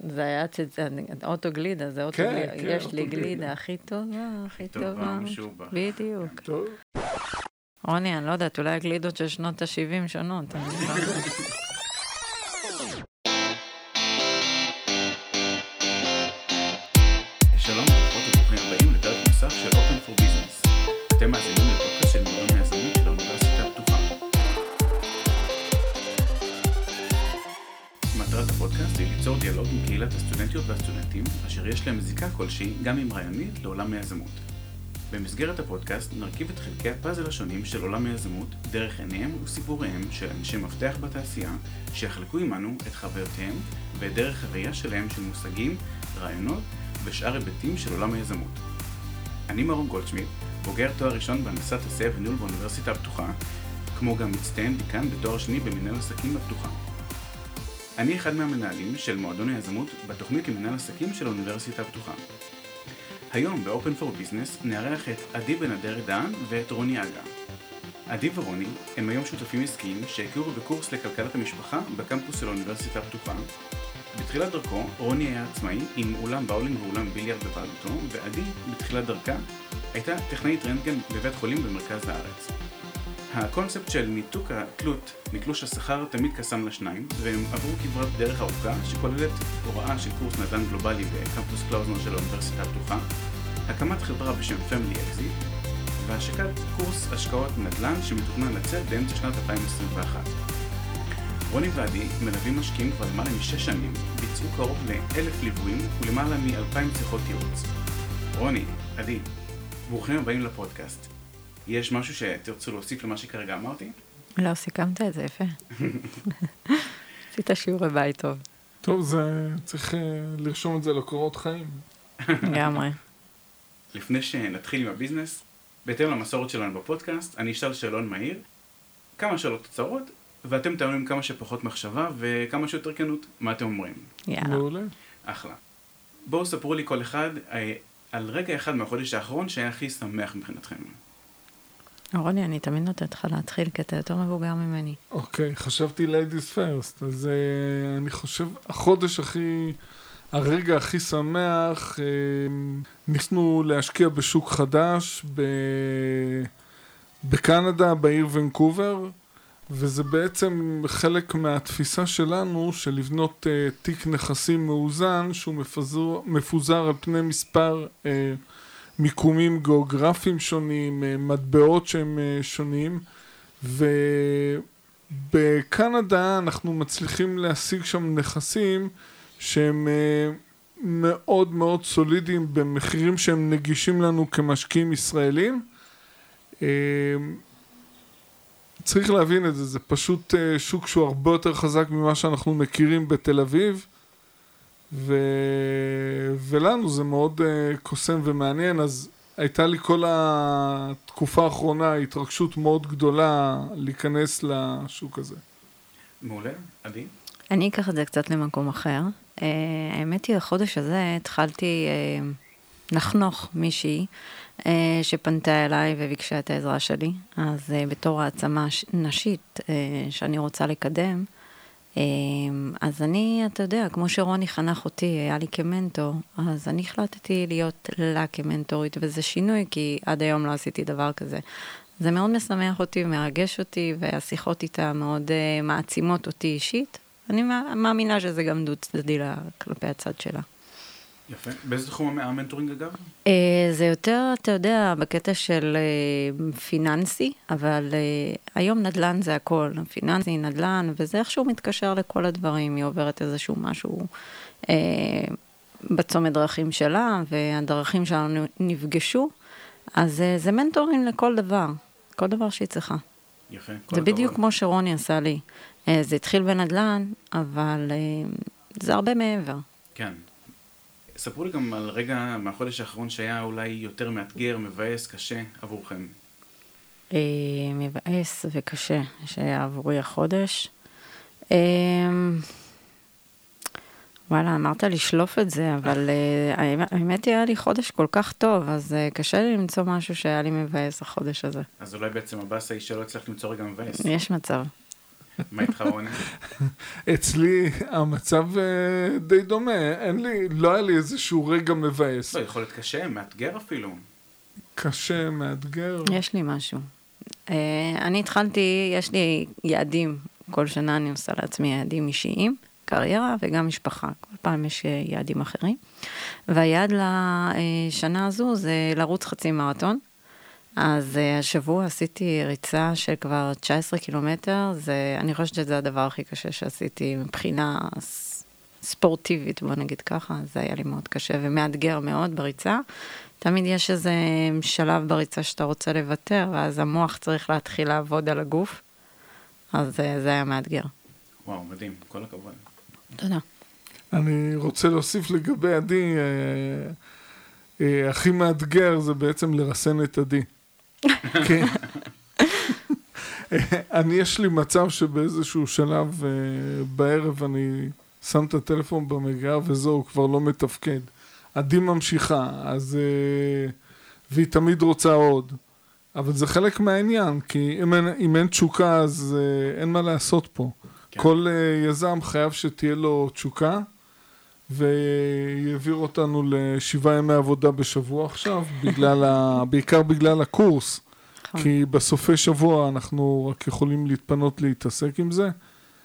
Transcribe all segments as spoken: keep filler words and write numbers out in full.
זה היה אוטו גלידה, זה אוטו גלידה. יש לי גלידה הכי טובה, הכי טובה. בדיוק. רוני, אני לא יודעת, אולי הגלידות של שנות ה-שבעים שונות. שלום, ברוכות וברוכים הבאים לפרק נוסף של Open for Business. אתם מאזינים לפודקאסט של מועדון היזמות של האוניברסיטה הפתוחה. מטרת הפודקאסט היא ליצור דיאלוג עם קהילת הסטודנטיות והסטודנטים, אשר יש להם זיקה כלשהי, גם אם רעיונית, לעולם היזמות. במסגרת הפודקאסט נרכיב את חלקי הפאזל השונים של עולם היזמות דרך עיניהם וסיפוריהם של אנשי מפתח בתעשייה שיחלקו עמנו את חוויותיהם ואת דרך הראייה שלהם של מושגים, רעיונות ושאר היבטים של עולם היזמות. אני מרום גולדשמיט, בוגר תואר ראשון בהנדסת עשייה וניהול באוניברסיטה הפתוחה, כמו גם מצטיין דיקן בתואר שני במנהל עסקים בפתוחה. אני אחד מהמנהלים של מועדון היזמות בתוכנית למנהל עסקים של האוניברסיטה הפתוחה. היום ב-Open for Business נארח את עדי בן אדר דהן ואת רוני אגה. עדי ורוני הם היום שותפים עסקיים שהכירו בקורס לכלכלת המשפחה בקמפוס של האוניברסיטה הפתוחה. בתחילת דרכו רוני היה עצמאי עם אולם באולינג ואולם ביליארד בבעלותו, ועדי בתחילת דרכה הייתה טכנאית רנטגן בבית חולים במרכז הארץ. הקונספט של ניתוק התלות מתלוש השכר תמיד קסם לשניים, והם עברו כברת דרך ארוכה שכוללת הוראה של קורס נדל"ן גלובלי בקמפוס קלאוזנר של האוניברסיטה הפתוחה, הקמת חברה בשם Family Exit, והשקת קורס השקעות נדל"ן שמתוכנן לצאת באמצע שנת אלפיים עשרים ואחת. רוני ועדי מלווים משקיעים כבר למעלה משש שנים, ביצעו קרוב לאלף ליוויים ולמעלה מאלפיים שיחות ייעוץ. רוני, עדי, ברוכים הבאים לפודקאסט. יש משהו שתרצו להוסיף למה שכרגע אמרתי? לא, סיכמת את זה יפה. עשית שיעורי בית טוב. טוב, זה צריך לרשום את זה לקורות חיים. גמרי. לפני שנתחיל עם הביזנס, בהתאם למסורת שלנו בפודקאסט, אני אשאל שאלון מהיר, כמה שאלות קצרות, ואתם תענו עם כמה שפחות מחשבה וכמה שיותר כנות. מה אתם אומרים? יאללה. מעולה. אחלה. בואו ספרו לי כל אחד על רגע אחד מהחודש האחרון שהיה הכי שמח מבחינתכם. רוני, אני תמיד נותנת לך להתחיל, כי אתה יותר מבוגר ממני. אוקיי, חשבתי ladies first, אז uh, אני חושב, החודש הכי, הרגע הכי שמח, uh, ניסנו להשקיע בשוק חדש, ב... בקנדה, בעיר ונקובר, וזה בעצם חלק מהתפיסה שלנו, של לבנות uh, תיק נכסים מאוזן, שהוא מפזר, מפוזר על פני מספר uh, מיקומים גיאוגרפיים שונים, מטבעות שהם שונים, ובקנדה אנחנו מצליחים להשיג שם נכסים שהם מאוד מאוד סולידיים במחירים שהם נגישים לנו כמשקיעים ישראלים. צריך להבין את זה, זה פשוט שוק שהוא הרבה יותר חזק ממה שאנחנו מכירים בתל אביב, ו... ולנו זה מאוד uh, קוסם ומעניין, אז הייתה לי כל התקופה האחרונה התרגשות מאוד גדולה להיכנס לשוק הזה. מעולה, עדי? אני אקח את זה קצת למקום אחר. Uh, האמת היא, החודש הזה התחלתי uh, לחנוך מישהי uh, שפנתה אליי וביקשה את העזרה שלי, אז uh, בתור העצמה נשית uh, שאני רוצה לקדם, אז אני, אתה יודע, כמו שרוני חנך אותי, היה לי כמנטור, אז אני החלטתי להיות לה כמנטורית, וזה שינוי, כי עד היום לא עשיתי דבר כזה. זה מאוד משמח אותי, מרגש אותי, והשיחות איתה מאוד uh, מעצימות אותי אישית. אני מאמינה שזה גם דו צדדי לה כלפי הצד שלה. יפה. באיזה תחום המנטורינג אגב? Uh, זה יותר, אתה יודע, בקטע של uh, פיננסי, אבל uh, היום נדל"ן זה הכל, פיננסי, נדל"ן, וזה איכשהו מתקשר לכל הדברים, היא עוברת איזשהו משהו uh, בצומת דרכים שלה, והדרכים שלנו נפגשו, אז uh, זה מנטורינג לכל דבר, כל דבר שהיא צריכה. יפה. זה בדיוק כמו שרוני עשה לי. Uh, זה התחיל בנדל"ן, אבל uh, זה הרבה מעבר. כן. ספרו לי גם על רגע מהחודש האחרון שהיה אולי יותר מאתגר, מבאס, קשה עבורכם. מבאס וקשה שהיה עבורי החודש. וואלה, אמרת לשלוף את זה, אבל האמת היה לי חודש כל כך טוב, אז קשה לי למצוא משהו שהיה לי מבאס החודש הזה. אז אולי בעצם הבאס היא שלא הצלחת למצוא רגע מבאס. יש מצב. מה איתך רוני? אצלי המצב די דומה, אין לי, לא היה לי איזשהו רגע מבאס. לא, יכול להיות קשה, מאתגר אפילו. קשה, מאתגר. יש לי משהו. אני התחלתי, יש לי יעדים, כל שנה אני עושה לעצמי יעדים אישיים, קריירה וגם משפחה, כל פעם יש יעדים אחרים. והיעד לשנה הזו זה לרוץ חצי מרתון. אז השבוע עשיתי ריצה של כבר תשע עשרה קילומטר, זה, אני חושבת שזה הדבר הכי קשה שעשיתי מבחינה ספורטיבית, בוא נגיד ככה, זה היה לי מאוד קשה ומאתגר מאוד בריצה. תמיד יש איזה שלב בריצה שאתה רוצה לוותר, ואז המוח צריך להתחיל לעבוד על הגוף, אז זה היה מאתגר. וואו, מדהים, כל הכבוד. תודה. אני רוצה להוסיף לגבי עדי, אה, אה, הכי מאתגר זה בעצם לרסן את עדי. כן. אני, יש לי מצב שבאיזשהו שלב אה, בערב אני שם את הטלפון במגירה וזהו, כבר לא מתפקד. עדי ממשיכה, אז, אה, והיא תמיד רוצה עוד. אבל זה חלק מהעניין, כי אם אין, אם אין תשוקה, אז אה, אין מה לעשות פה. כן. כל אה, יזם חייב שתהיה לו תשוקה, ויעביר אותנו לשבעה ימי עבודה בשבוע עכשיו, בגלל ה... בעיקר בגלל הקורס, כי בסופי שבוע אנחנו רק יכולים להתפנות להתעסק עם זה.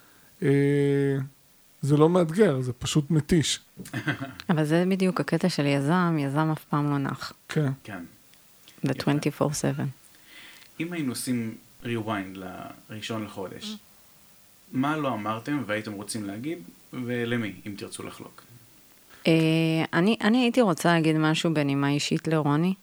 זה לא מאתגר, זה פשוט מתיש. אבל זה בדיוק הקטע של יזם, יזם אף פעם לא נח. כן. כן. The twenty-four seven. אם היינו עושים rewind לראשון לחודש, מה לא אמרתם והייתם רוצים להגיד, ולמי, אם תרצו לחלוק? אני, אני הייתי רוצה להגיד משהו בנימה אישית לרוני,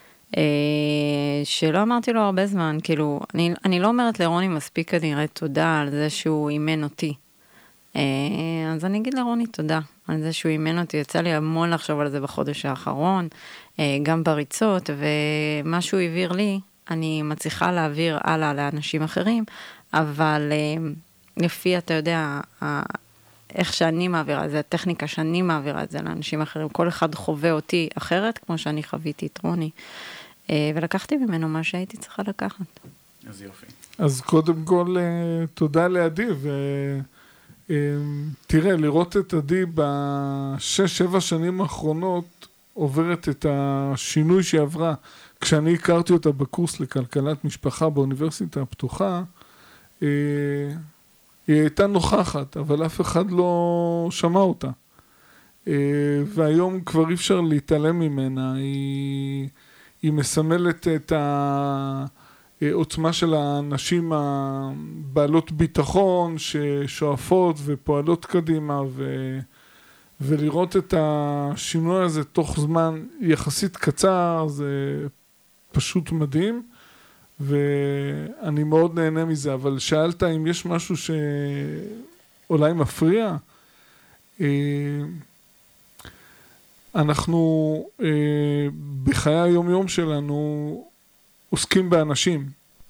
שלא אמרתי לו הרבה זמן, כאילו, אני, אני לא אומרת לרוני מספיק כנראה תודה על זה שהוא אימן אותי. אז אני אגיד לרוני תודה על זה שהוא אימן אותי, יצא לי המון לחשוב על זה בחודש האחרון, גם בריצות, ומה שהוא העביר לי, אני מצליחה להעביר הלאה לאנשים אחרים, אבל לפי, אתה יודע, איך שאני מעבירה את זה, הטכניקה שאני מעבירה את זה לאנשים אחרים, כל אחד חווה אותי אחרת, כמו שאני חוויתי את רוני, ולקחתי ממנו מה שהייתי צריכה לקחת. אז יופי. אז קודם כל, תודה לעדי, ותראה, לראות את עדי בשש, שבע שנים האחרונות, עוברת את השינוי שהיא עברה. כשאני הכרתי אותה בקורס לכלכלת משפחה באוניברסיטה הפתוחה, היא הייתה נוכחת, אבל אף אחד לא שמע אותה. והיום כבר אי אפשר להתעלם ממנה. היא, היא מסמלת את העוצמה של האנשים הבעלות ביטחון, ששואפות ופועלות קדימה, ו, ולראות את השינוי הזה תוך זמן יחסית קצר, זה פשוט מדהים. ואני מאוד נהנה מזה, אבל שאלת אם יש משהו שאולי מפריע. אנחנו בחיי היום יום שלנו עוסקים באנשים,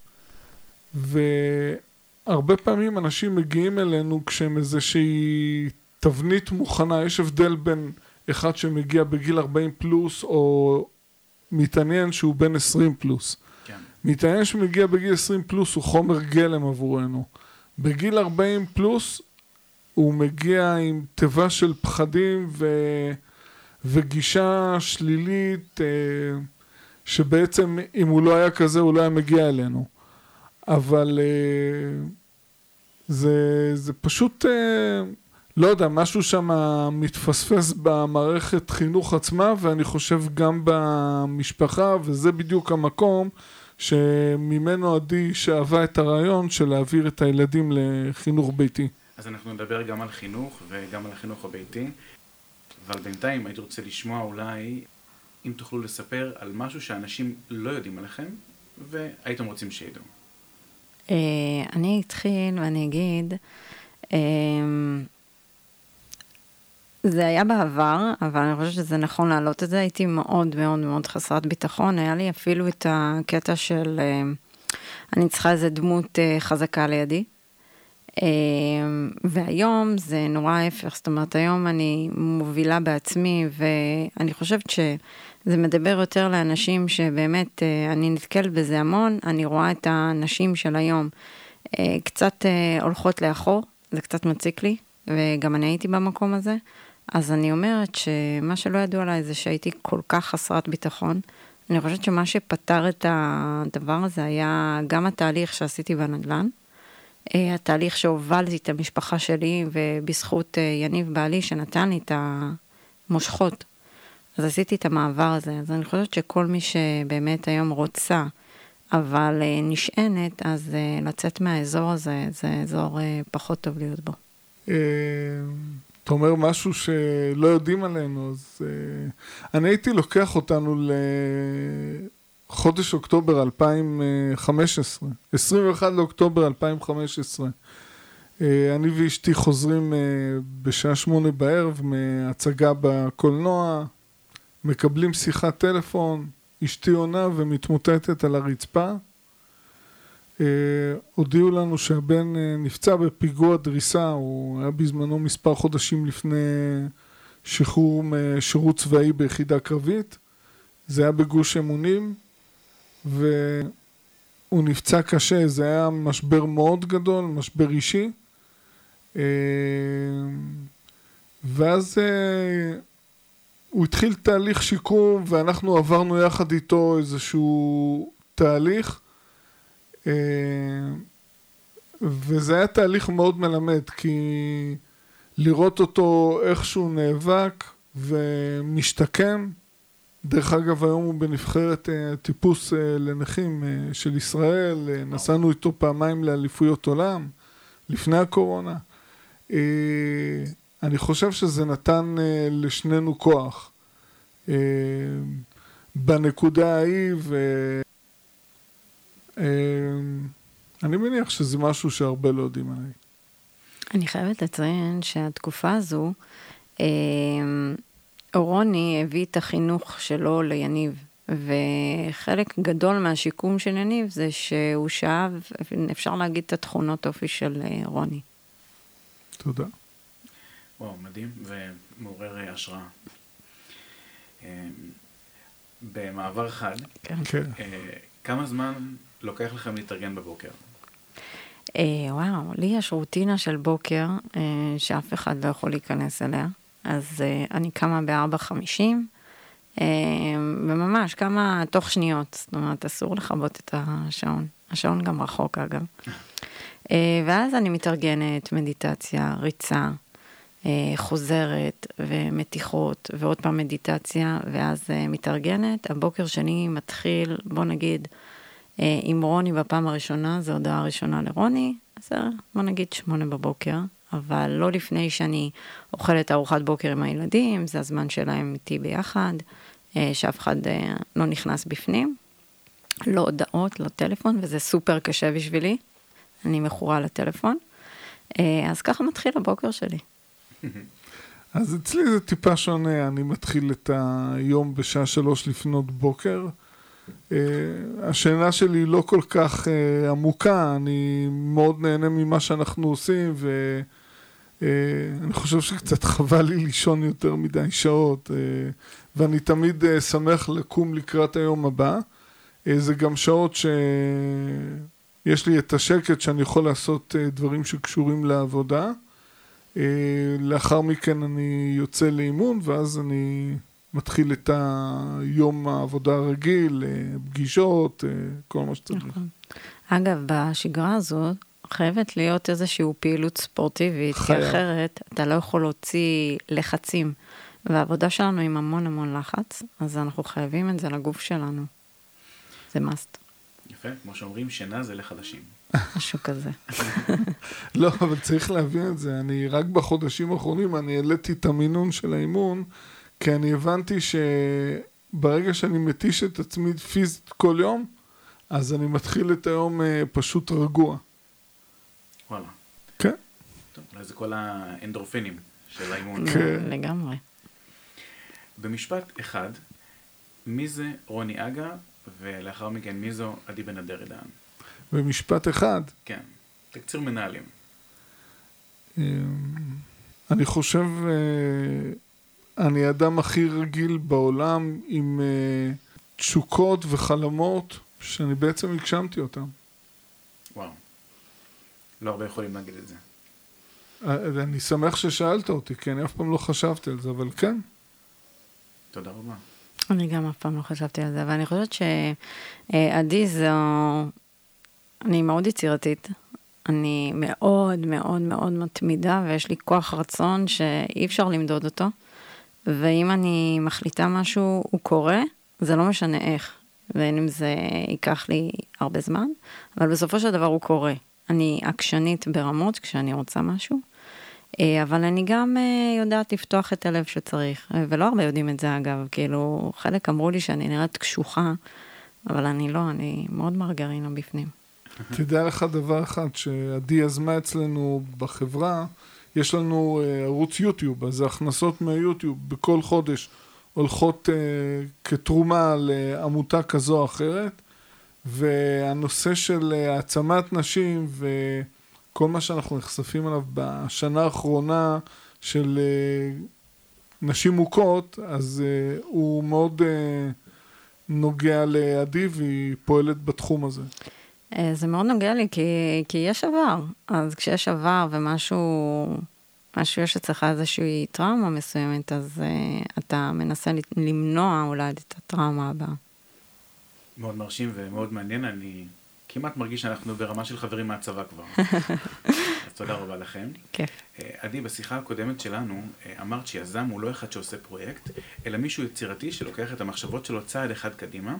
והרבה פעמים אנשים מגיעים אלינו כשהם איזושהי תבנית מוכנה. יש הבדל בין אחד שמגיע בגיל ארבעים פלוס או מתעניין שהוא בן עשרים פלוס. מתעניין שמגיע בגיל עשרים פלוס הוא חומר גלם עבורנו. בגיל ארבעים פלוס הוא מגיע עם טבע של פחדים ו... וגישה שלילית, שבעצם אם הוא לא היה כזה הוא לא היה מגיע אלינו. אבל זה, זה פשוט, לא יודע, משהו שם מתפספס במערכת חינוך עצמה, ואני חושב גם במשפחה, וזה בדיוק המקום שממנו עדי שאהבה את הרעיון של להעביר את הילדים לחינוך ביתי. אז אנחנו נדבר גם על חינוך וגם על החינוך הביתי, אבל בינתיים הייתי רוצה לשמוע אולי אם תוכלו לספר על משהו שאנשים לא יודעים עליכם והייתם רוצים שידעו. אני אתחיל ואני אגיד, זה היה בעבר, אבל אני חושבת שזה נכון להעלות את זה. הייתי מאוד מאוד מאוד חסרת ביטחון. היה לי אפילו את הקטע של, אני צריכה איזו דמות חזקה לידי. והיום זה נורא ההפך. זאת אומרת, היום אני מובילה בעצמי, ואני חושבת שזה מדבר יותר לאנשים שבאמת, אני נתקלת בזה המון. אני רואה את האנשים של היום, קצת הולכות לאחור, זה קצת מציק לי, וגם אני הייתי במקום הזה, אז אני אומרת שמה שלא ידוע עליי זה שהייתי כל כך חסרת ביטחון, אני חושבת שמה שפתר את הדבר הזה היה גם התהליך שעשיתי בנדל"ן, התהליך שהובלתי את המשפחה שלי, ובזכות יניב בעלי שנתן לי את המושכות, אז עשיתי את המעבר הזה, אז אני חושבת שכל מי שבאמת היום רוצה, אבל נשענת, אז לצאת מהאזור הזה, זה אזור פחות טוב להיות בו. אתה אומר משהו שלא יודעים עלינו, אז אני הייתי לוקח אותנו לחודש אוקטובר אלפיים וחמש עשרה, עשרים ואחד לאוקטובר אלפיים וחמש עשרה. אני ואשתי חוזרים בשעה שמונה בערב מהצגה בקולנוע, מקבלים שיחת טלפון, אשתי עונה ומתמוטטת על הרצפה. הודיעו לנו שהבן נפצע בפיגוע דריסה, הוא היה בזמנו מספר חודשים לפני שחרור משירות צבאי ביחידה קרבית. זה היה בגוש אמונים, והוא נפצע קשה, זה היה משבר מאוד גדול, משבר אישי. ואז הוא התחיל תהליך שיקום, ואנחנו עברנו יחד איתו איזשהו תהליך, וזה היה תהליך מאוד מלמד, כי לראות אותו איכשהו נאבק ומשתקם, דרך אגב היום הוא בנבחרת טיפוס לנכים של ישראל, נסענו איתו פעמיים לאליפויות עולם, לפני הקורונה. אני חושב שזה נתן לשנינו כוח בנקודה ההיא, ואני מניח שזה משהו שהרבה לא יודעים עליי. אני חייבת לציין שהתקופה הזו, רוני הביא את החינוך שלו ליניב, וחלק גדול מהשיקום של יניב זה שהוא שאב, אפשר להגיד את התכונות אופי של רוני. תודה. וואו, מדהים ומעורר השראה. במעבר חד, כן. כמה זמן לוקח לכם להתארגן בבוקר? וואו, לי יש רוטינה של בוקר שאף אחד לא יכול להיכנס אליה. אז אני קמה בארבע חמישים, וממש כמה תוך שניות, זאת אומרת, אסור לחבות את השעון. השעון גם רחוק אגב. ואז אני מתארגנת, מדיטציה, ריצה, חוזרת ומתיחות, ועוד פעם מדיטציה, ואז מתארגנת. הבוקר שני מתחיל, בוא נגיד, עם רוני בפעם הראשונה, זו הודעה הראשונה לרוני, אז בוא נגיד שמונה בבוקר, אבל לא לפני שאני אוכלת ארוחת בוקר עם הילדים, זה הזמן שלהם איתי ביחד, שאף אחד לא נכנס בפנים, לא הודעות, לא טלפון, וזה סופר קשה בשבילי, אני מכורה לטלפון, אז ככה מתחיל הבוקר שלי. אז אצלי זה טיפה שונה, אני מתחיל את היום בשעה שלוש לפנות בוקר, השינה שלי לא כל כך עמוקה, אני מאוד נהנה ממה שאנחנו עושים, ואני חושב שקצת חבל לי לישון יותר מדי שעות, ואני תמיד שמח לקום לקראת היום הבא. זה גם שעות שיש לי את השקט שאני יכול לעשות דברים שקשורים לעבודה. לאחר מכן אני יוצא לאימון, ואז אני מתחיל את היום העבודה הרגיל, פגישות, כל מה שצריך. נכון. אגב, בשגרה הזאת חייבת להיות איזושהי פעילות ספורטיבית, כי אחרת אתה לא יכול להוציא לחצים, והעבודה שלנו עם המון המון לחץ, אז אנחנו חייבים את זה לגוף שלנו. זה מאסט. יפה, כמו שאומרים, שינה זה לחדשים. משהו כזה. לא, אבל צריך להבין את זה. אני רק בחודשים האחרונים, אני העליתי את המינון של האימון, כי אני הבנתי שברגע שאני מתיש את עצמי פיזית כל יום, אז אני מתחיל את היום פשוט רגוע. וואלה. כן. טוב, אולי זה כל האנדורפינים של האימון. כן. לגמרי. במשפט אחד, מי זה רוני אגה, ולאחר מכן מי זו עדי בן אדר עידן? במשפט אחד? כן. תקציר מנהלים. אני חושב, אני האדם הכי רגיל בעולם עם תשוקות וחלומות שאני בעצם הגשמתי אותם. וואו. לא הרבה יכולים להגיד את זה. אני שמח ששאלת אותי, כי אני אף פעם לא חשבתי על זה, אבל כן. תודה רבה. אני גם אף פעם לא חשבתי על זה, אבל אני חושבת שעדי זו... אני מאוד יצירתית. אני מאוד מאוד מאוד מתמידה, ויש לי כוח רצון שאי אפשר למדוד אותו. ואם אני מחליטה משהו, הוא קורה, זה לא משנה איך. ואין אם זה ייקח לי הרבה זמן, אבל בסופו של דבר הוא קורה. אני עקשנית ברמות כשאני רוצה משהו, אבל אני גם יודעת לפתוח את הלב שצריך, ולא הרבה יודעים את זה אגב, כאילו חלק אמרו לי שאני נראית קשוחה, אבל אני לא, אני מאוד מרגרינה בפנים. תדע לך דבר אחד, שעדי יזמה אצלנו בחברה, יש לנו ערוץ יוטיוב, אז ההכנסות מהיוטיוב בכל חודש הולכות כתרומה לעמותה כזו או אחרת, והנושא של העצמת נשים וכל מה שאנחנו נחשפים עליו בשנה האחרונה של נשים מוכות, אז הוא מאוד נוגע לעדי והיא פועלת בתחום הזה. זה מאוד נוגע לי, כי, כי יש עבר. אז כשיש עבר ומשהו, משהו יש אצלך איזושהי טראומה מסוימת, אז uh, אתה מנסה למנוע אולי את הטראומה הבאה. מאוד מרשים ומאוד מעניין. אני כמעט מרגיש שאנחנו ברמה של חברים מהצבא כבר. אז תודה רבה לכם. כיף. עדי, בשיחה הקודמת שלנו, אמרת שיזם הוא לא אחד שעושה פרויקט, אלא מישהו יצירתי שלוקח את המחשבות שלו צעד אחד קדימה,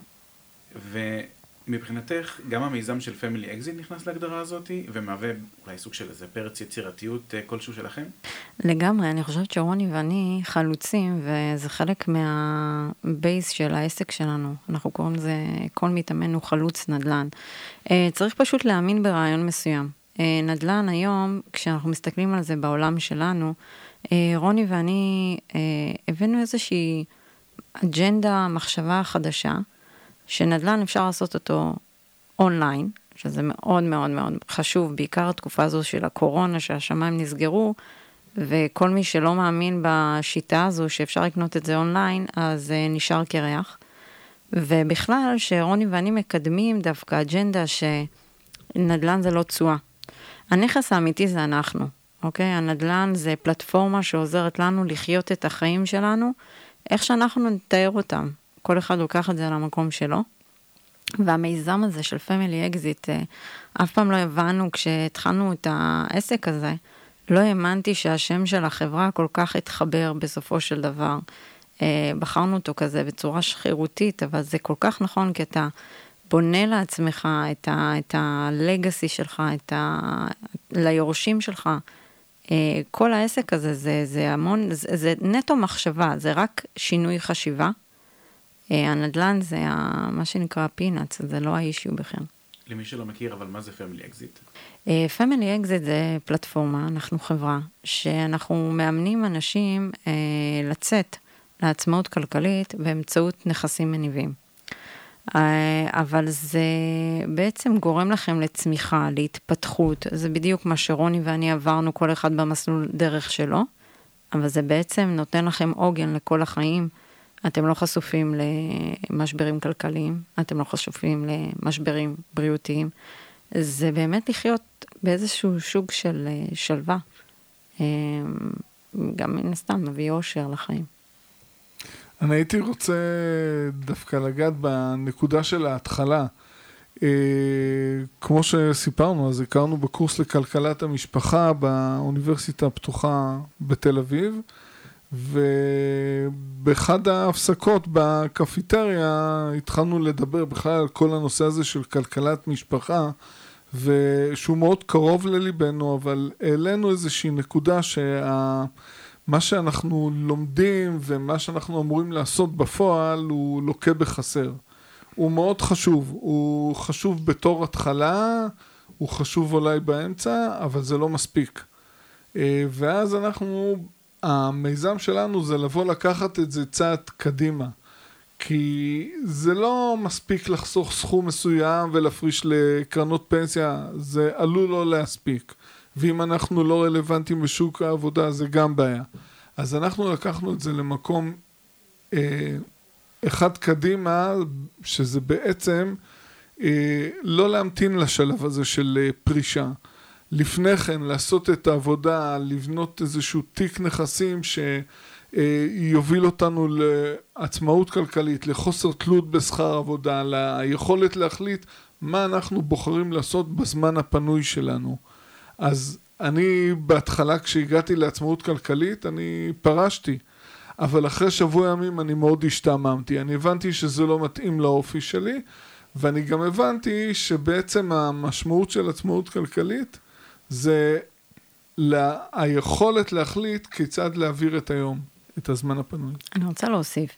ומבחינתך גם המיזם של Family Exit נכנס להגדרה הזאת, ומהווה אולי סוג של איזה פרץ יצירתיות כלשהו שלכם? לגמרי, אני חושבת שרוני ואני חלוצים, וזה חלק מהבייס של העסק שלנו. אנחנו קוראים לזה, כל מתאמן הוא חלוץ נדל"ן. צריך פשוט להאמין ברעיון מסוים. נדל"ן היום, כשאנחנו מסתכלים על זה בעולם שלנו, רוני ואני הבאנו איזושהי אג'נדה, מחשבה חדשה, שנדל"ן אפשר לעשות אותו אונליין, שזה מאוד מאוד מאוד חשוב, בעיקר התקופה הזו של הקורונה, שהשמיים נסגרו, וכל מי שלא מאמין בשיטה הזו שאפשר לקנות את זה אונליין, אז נשאר קרח. ובכלל, שרוני ואני מקדמים דווקא אג'נדה שנדל"ן זה לא צועה. הנכס האמיתי זה אנחנו, אוקיי? הנדל"ן זה פלטפורמה שעוזרת לנו לחיות את החיים שלנו, איך שאנחנו נתאר אותם. כל אחד לוקח את זה על המקום שלו. והמיזם הזה של Family Exit, אף פעם לא הבנו כשהתחלנו את העסק הזה, לא האמנתי שהשם של החברה כל כך התחבר בסופו של דבר. בחרנו אותו כזה בצורה שחירותית, אבל זה כל כך נכון, כי אתה בונה לעצמך את ה, את הלגאסי שלך, את ה, ליורשים שלך. כל העסק הזה זה, זה המון, זה, זה נטו מחשבה, זה רק שינוי חשיבה. הנדל"ן זה מה שנקרא פינאץ, זה לא האישיו בכלל. למי שלא מכיר, אבל מה זה Family Exit? Family Exit זה פלטפורמה, אנחנו חברה, שאנחנו מאמנים אנשים לצאת לעצמאות כלכלית באמצעות נכסים מניבים. אבל זה בעצם גורם לכם לצמיחה, להתפתחות, זה בדיוק מה שרוני ואני עברנו כל אחד במסלול דרך שלו, אבל זה בעצם נותן לכם עוגן לכל החיים, אתם לא חשופים למשברים כלכליים, אתם לא חשופים למשברים בריאותיים, זה באמת לחיות באיזשהו שוק של שלווה, גם מן הסתם מביא אושר לחיים. אני הייתי רוצה דווקא לגעת בנקודה של ההתחלה. כמו שסיפרנו, אז הכרנו בקורס לכלכלת המשפחה באוניברסיטה הפתוחה בתל אביב, ובאחד ההפסקות בקפיטריה התחלנו לדבר בכלל על כל הנושא הזה של כלכלת משפחה, ושהוא מאוד קרוב לליבנו, אבל העלינו איזושהי נקודה שה... מה שאנחנו לומדים ומה שאנחנו אמורים לעשות בפועל הוא לוקה בחסר. הוא מאוד חשוב, הוא חשוב בתור התחלה, הוא חשוב אולי באמצע, אבל זה לא מספיק. ואז אנחנו, המיזם שלנו זה לבוא לקחת את זה צעד קדימה. כי זה לא מספיק לחסוך סכום מסוים ולהפריש לקרנות פנסיה, זה עלול לא להספיק. ואם אנחנו לא רלוונטיים בשוק העבודה, זה גם בעיה. אז אנחנו לקחנו את זה למקום אה, אחד קדימה, שזה בעצם אה, לא להמתין לשלב הזה של אה, פרישה. לפני כן לעשות את העבודה, לבנות איזשהו תיק נכסים שיוביל אותנו לעצמאות כלכלית, לחוסר תלות בשכר עבודה, ליכולת להחליט מה אנחנו בוחרים לעשות בזמן הפנוי שלנו. אז אני בהתחלה כשהגעתי לעצמאות כלכלית, אני פרשתי. אבל אחרי שבוע ימים אני מאוד השתעממתי. אני הבנתי שזה לא מתאים לאופי שלי, ואני גם הבנתי שבעצם המשמעות של עצמאות כלכלית, זה לה, היכולת להחליט כיצד להעביר את היום, את הזמן הפנוי. אני רוצה להוסיף.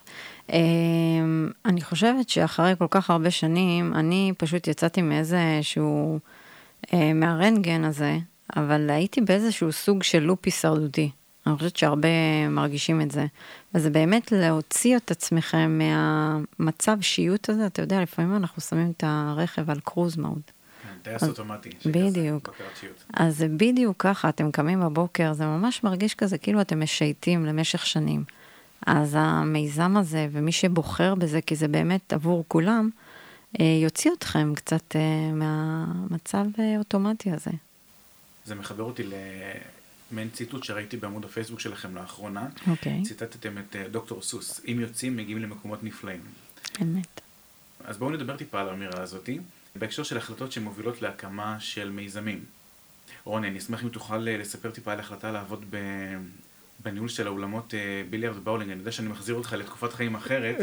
אני חושבת שאחרי כל כך הרבה שנים, אני פשוט יצאתי מאיזשהו, מהרנטגן הזה, אבל הייתי באיזשהו סוג של לופ הישרדותי. אני חושבת שהרבה מרגישים את זה. וזה באמת להוציא את עצמכם מהמצב שיעות הזה. אתה יודע, לפעמים אנחנו שמים את הרכב על קרוז מוד. טייס אוטומטי. בדיוק. אז זה בדיוק ככה, אתם קמים בבוקר, זה ממש מרגיש כזה, כאילו אתם משייטים למשך שנים. אז המיזם הזה, ומי שבוחר בזה, כי זה באמת עבור כולם, יוציא אתכם קצת מהמצב אוטומטי הזה. זה מחבר אותי למעין ציטוט שראיתי בעמוד הפייסבוק שלכם לאחרונה. אוקיי. ציטטתם את דוקטור סוס, אם יוצאים מגיעים למקומות נפלאים. אמת. אז בואו נדבר טיפה על האמירה הזאתי, בהקשר של החלטות שמובילות להקמה של מיזמים. רוני, אני אשמח אם תוכל לספר טיפה על החלטה לעבוד ב... בניהול של האולמות ביליארד ובאולינג. אני יודע שאני מחזיר אותך לתקופת חיים אחרת.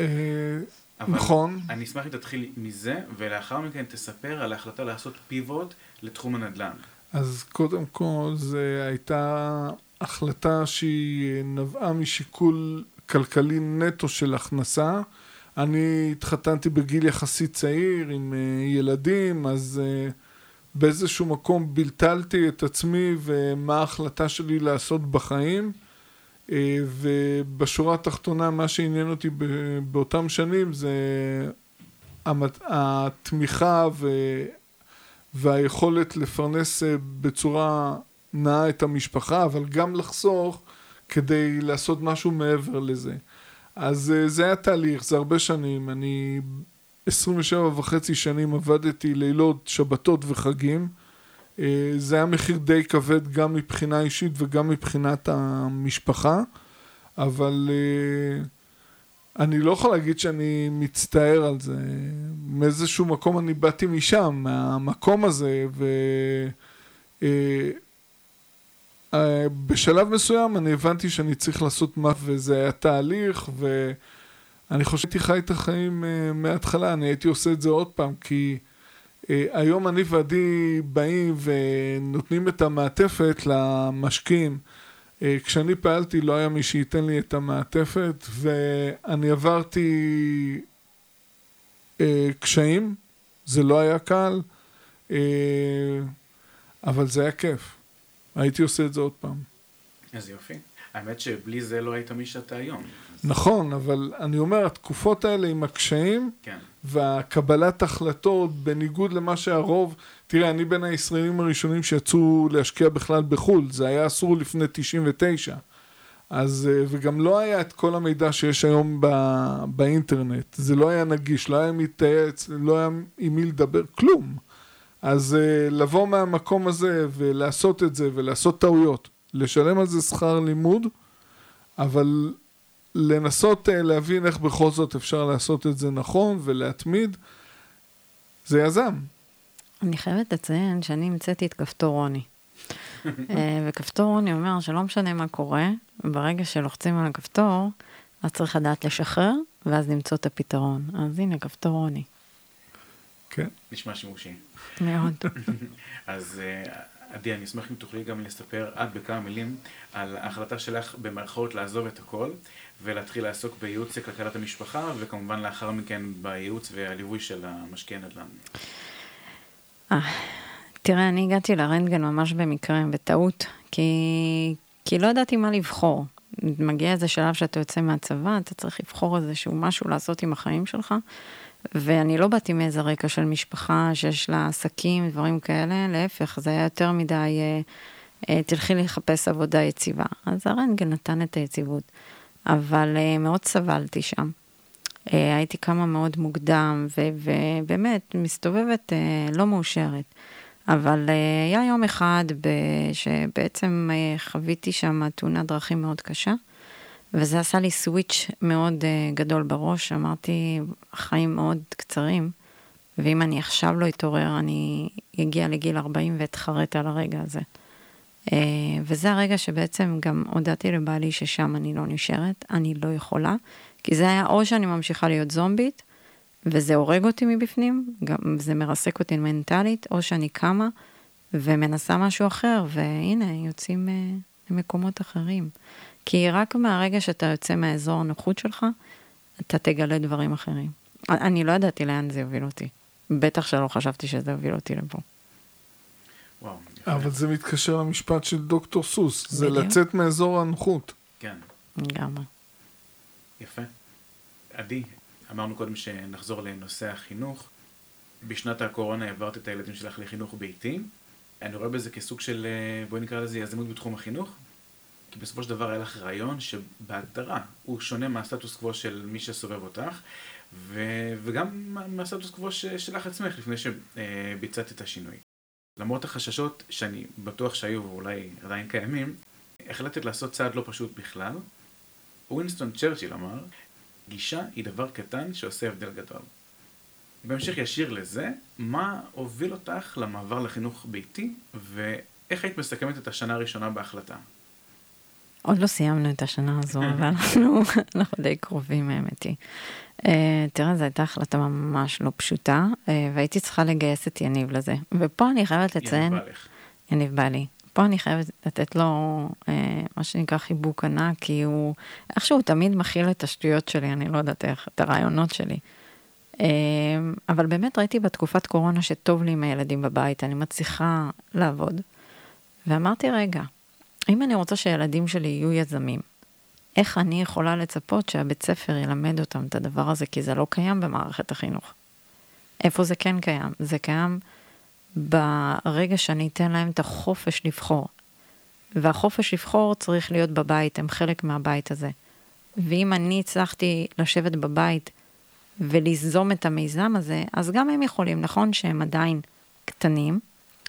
נכון. אני אשמח אם תתחיל מזה, ולאחר מכן תספר על ההחלטה לעשות פיבוט לתחום הנדל"ן. אז קודם כל, זו הייתה החלטה שהיא נבעה משיקול כלכלי נטו של הכנסה. אני התחתנתי בגיל יחסית צעיר עם ילדים, אז באיזשהו מקום בלטלתי את עצמי ומה ההחלטה שלי לעשות בחיים. ובשורה התחתונה, מה שעניין אותי באותם שנים זה התמיכה והיכולת לפרנס בצורה נאה את המשפחה, אבל גם לחסוך כדי לעשות משהו מעבר לזה. אז זה היה תהליך, זה הרבה שנים. אני עשרים ושבע וחצי שנים עבדתי לילות, שבתות וחגים. זה היה מחיר די כבד גם מבחינה אישית וגם מבחינת המשפחה, אבל אני לא יכול להגיד שאני מצטער על זה. מאיזשהו מקום אני באתי משם, מהמקום הזה, ובשלב מסוים אני הבנתי שאני צריך לעשות מה, וזה היה תהליך, ואני חושב שהייתי חי את החיים מההתחלה, אני הייתי עושה את זה עוד פעם, כי היום אני ועדי באים ונותנים את המעטפת למשקיעים. כשאני פעלתי לא היה מי שייתן לי את המעטפת, ואני עברתי קשיים, זה לא היה קל, אבל זה היה כיף. הייתי עושה את זה עוד פעם. אז יופי. האמת שבלי זה לא היית מי שאתה היום. נכון, אבל אני אומר, התקופות האלה עם הקשיים, כן. והקבלת החלטות בניגוד למה שהרוב, תראה, אני בין הישראלים הראשונים שיצאו להשקיע בכלל בחול, זה היה אסור לפני תשעים ותשע, אז, וגם לא היה את כל המידע שיש היום בא, באינטרנט, זה לא היה נגיש, לא היה מתייעץ, לא היה עם מי לדבר, כלום. אז לבוא מהמקום הזה ולעשות את זה ולעשות טעויות, לשלם על זה שכר לימוד, אבל לנסות להבין איך בכל זאת אפשר לעשות את זה נכון ולהתמיד, זה יזם. אני חייבת לציין שאני המצאתי את כפתור רוני. וכפתור רוני אומר שלא משנה מה קורה, ברגע שלוחצים על הכפתור, אז צריך לדעת לשחרר, ואז למצוא את הפתרון. אז הנה, כפתור רוני. כן. נשמע שימושי. מאוד. אז עדי, אני אשמח אם תוכלי גם לספר עד בכמה מילים על ההחלטה שלך במרכאות לעזוב את הכל, ולהתחיל לעסוק בייעוץ לכלכלת המשפחה, וכמובן לאחר מכן בייעוץ והליווי של המשקיע נדל"ן. תראה, אני הגעתי לרנטגן ממש במקרה, בטעות, כי, כי לא ידעתי מה לבחור. מגיע איזה שלב שאתה יוצא מהצבא, אתה צריך לבחור איזשהו משהו לעשות עם החיים שלך, ואני לא באתי מאיזה רקע של משפחה שיש לה עסקים, דברים כאלה, להפך, זה היה יותר מדי, אה, אה, תלכי לחפש עבודה יציבה. אז הרנטגן נתן את היציבות, אבל אה, מאוד סבלתי שם. אה, הייתי כמה מאוד מוקדם, ו- ובאמת מסתובבת אה, לא מאושרת. אבל היה יום אחד שבעצם חוויתי שם תאונת דרכים מאוד קשה, וזה עשה לי סוויץ' מאוד גדול בראש. אמרתי, חיים מאוד קצרים, ואם אני עכשיו לא אתעורר, אני אגיע לגיל ארבעים ואתחרט על הרגע הזה. וזה הרגע שבעצם גם הודעתי לבעלי ששם אני לא נשארת, אני לא יכולה, כי זה היה או שאני ממשיכה להיות זומבית, וזה הורג אותי מבפנים, גם זה מרסק אותי מנטלית, או שאני קמה ומנסה משהו אחר, והנה, יוצאים למקומות אחרים. כי רק מהרגע שאתה יוצא מהאזור הנוחות שלך, אתה תגלה דברים אחרים. אני לא ידעתי לאן זה יוביל אותי. בטח שלא חשבתי שזה יוביל אותי לפה. וואו. אבל זה מתקשר למשפט של דוקטור סוס, זה לצאת מאזור הנוחות. כן. גם. יפה. עדי, אמרנו קודם שנחזור לנושא החינוך. בשנת הקורונה העברת את הילדים שלך לחינוך ביתי. אני רואה בזה כסוג של, בואי נקרא לזה, יזמות בתחום החינוך. כי בסופו של דבר היה לך רעיון שבהגדרה הוא שונה מהסטטוס קוו של מי שסובב אותך, ו- וגם מהסטטוס קוו ש- שלך עצמך לפני שביצעת את השינוי. למרות החששות שאני בטוח שהיו ואולי עדיין קיימים, החלטת לעשות צעד לא פשוט בכלל. ווינסטון צ'רצ'יל אמר, גישה היא דבר קטן שעושה הבדל גדול. בהמשך ישיר לזה, מה הוביל אותך למעבר לחינוך ביתי, ואיך היית מסכמת את השנה הראשונה בהחלטה? עוד לא סיימנו את השנה הזו, אבל אנחנו, אנחנו די קרובים, האמת היא. Uh, תראה, זו הייתה החלטה ממש לא פשוטה, uh, והייתי צריכה לגייס את יניב לזה. ופה אני חייבת לציין... יניב בעלך. יניב בעלי. פה אני חייבת לתת לו uh, מה שנקרא חיבוק ענק, כי הוא, איכשהו הוא תמיד מכיל את השטויות שלי, אני לא יודעת איך, את הרעיונות שלי. Uh, אבל באמת ראיתי בתקופת קורונה שטוב לי עם הילדים בבית, אני מצליחה לעבוד. ואמרתי, רגע, אם אני רוצה שהילדים שלי יהיו יזמים, איך אני יכולה לצפות שהבית ספר ילמד אותם את הדבר הזה, כי זה לא קיים במערכת החינוך. איפה זה כן קיים? זה קיים ברגע שאני אתן להם את החופש לבחור. והחופש לבחור צריך להיות בבית, הם חלק מהבית הזה. ואם אני הצלחתי לשבת בבית וליזום את המיזם הזה, אז גם הם יכולים, נכון שהם עדיין קטנים,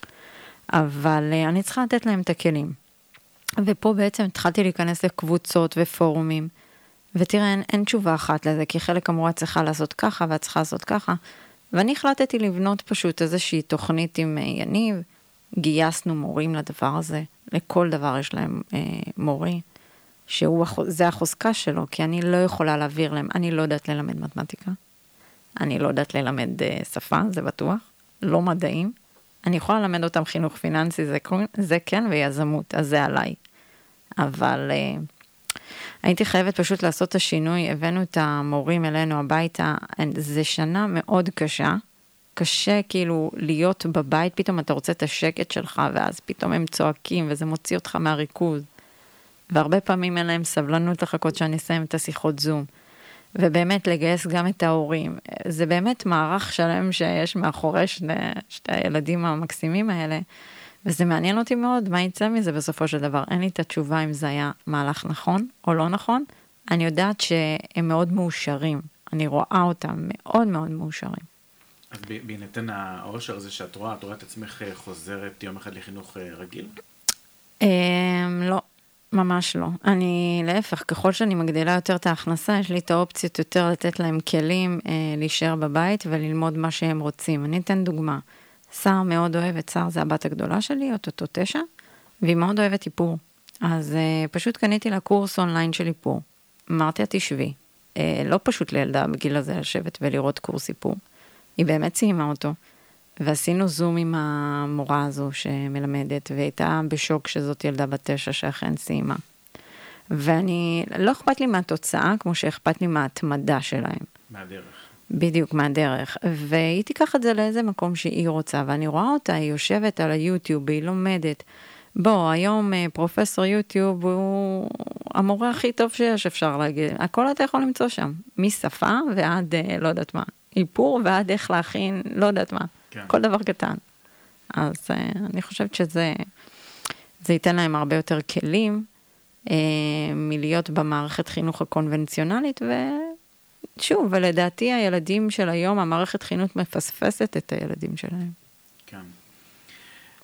אבל אני צריכה לתת להם את הכלים. ופה בעצם התחלתי להיכנס לקבוצות ופורומים, ותראה, אין, אין תשובה אחת לזה, כי חלק אמורה צריכה לעשות ככה, ואת צריכה לעשות ככה, ואני החלטתי לבנות פשוט איזושהי תוכנית עם יניב, גייסנו מורים לדבר הזה, לכל דבר יש להם אה, מורי, שזה החוזקה שלו, כי אני לא יכולה להעביר להם, אני לא יודעת ללמד מתמטיקה, אני לא יודעת ללמד אה, שפה, זה בטוח, לא מדעים, אני יכולה ללמד אותם חינוך פיננסי, זה, זה כן, ויזמות, אז זה עליי. אבל אה, הייתי חייבת פשוט לעשות את השינוי, הבאנו את המורים אלינו הביתה, זה שנה מאוד קשה, קשה כאילו להיות בבית, פתאום אתה רוצה את השקט שלך, ואז פתאום הם צועקים, וזה מוציא אותך מהריכוז. והרבה פעמים אין להם סבלנות לחכות שאני אסיים את השיחות זום. ובאמת לגייס גם את ההורים. זה באמת מערך שלם שיש מאחורי שני, שתי הילדים המקסימים האלה, וזה מעניין אותי מאוד מה יצא מזה בסופו של דבר. אין לי את התשובה אם זה היה מהלך נכון או לא נכון. אני יודעת שהם מאוד מאושרים. אני רואה אותם מאוד מאוד מאושרים. אז בהינתן האושר הזה שאת רואה, את רואה את עצמך חוזרת יום אחד לחינוך רגיל? לא. ממש לא. אני, להפך, ככל שאני מגדילה יותר את ההכנסה, יש לי את האופציות יותר לתת להם כלים, אה, להישאר בבית וללמוד מה שהם רוצים. אני אתן דוגמה. שר מאוד אוהבת, שר זה הבת הגדולה שלי, אותו תשע, והיא מאוד אוהבת איפור. אז אה, פשוט קניתי לה קורס אונליין של איפור. אמרתי, תשבי. אה, לא פשוט לילדה בגיל הזה לשבת ולראות קורס איפור. היא באמת סיימה אותו. ועשינו זום עם המורה הזו שמלמדת, והייתה בשוק שזאת ילדה בת תשע שאכן סיימה. ואני, לא אכפת לי מהתוצאה, כמו שאכפת לי מההתמדה שלהם. מהדרך. בדיוק, מהדרך. והיא תיקח את זה לאיזה מקום שהיא רוצה, ואני רואה אותה, היא יושבת על היוטיוב, היא לומדת. בוא, היום פרופסור יוטיוב הוא המורה הכי טוב שיש, אפשר להגיד. הכל אתה יכול למצוא שם. משפה ועד, לא יודעת מה, איפור ועד איך להכין, לא יודעת מה. כן. כל דבר קטן. אז uh, אני חושבת שזה זה ייתן להם הרבה יותר כלים uh, מלהיות במערכת חינוך הקונבנציונלית, ושוב, ולדעתי הילדים של היום, המערכת חינוך מפספסת את הילדים שלהם. כן.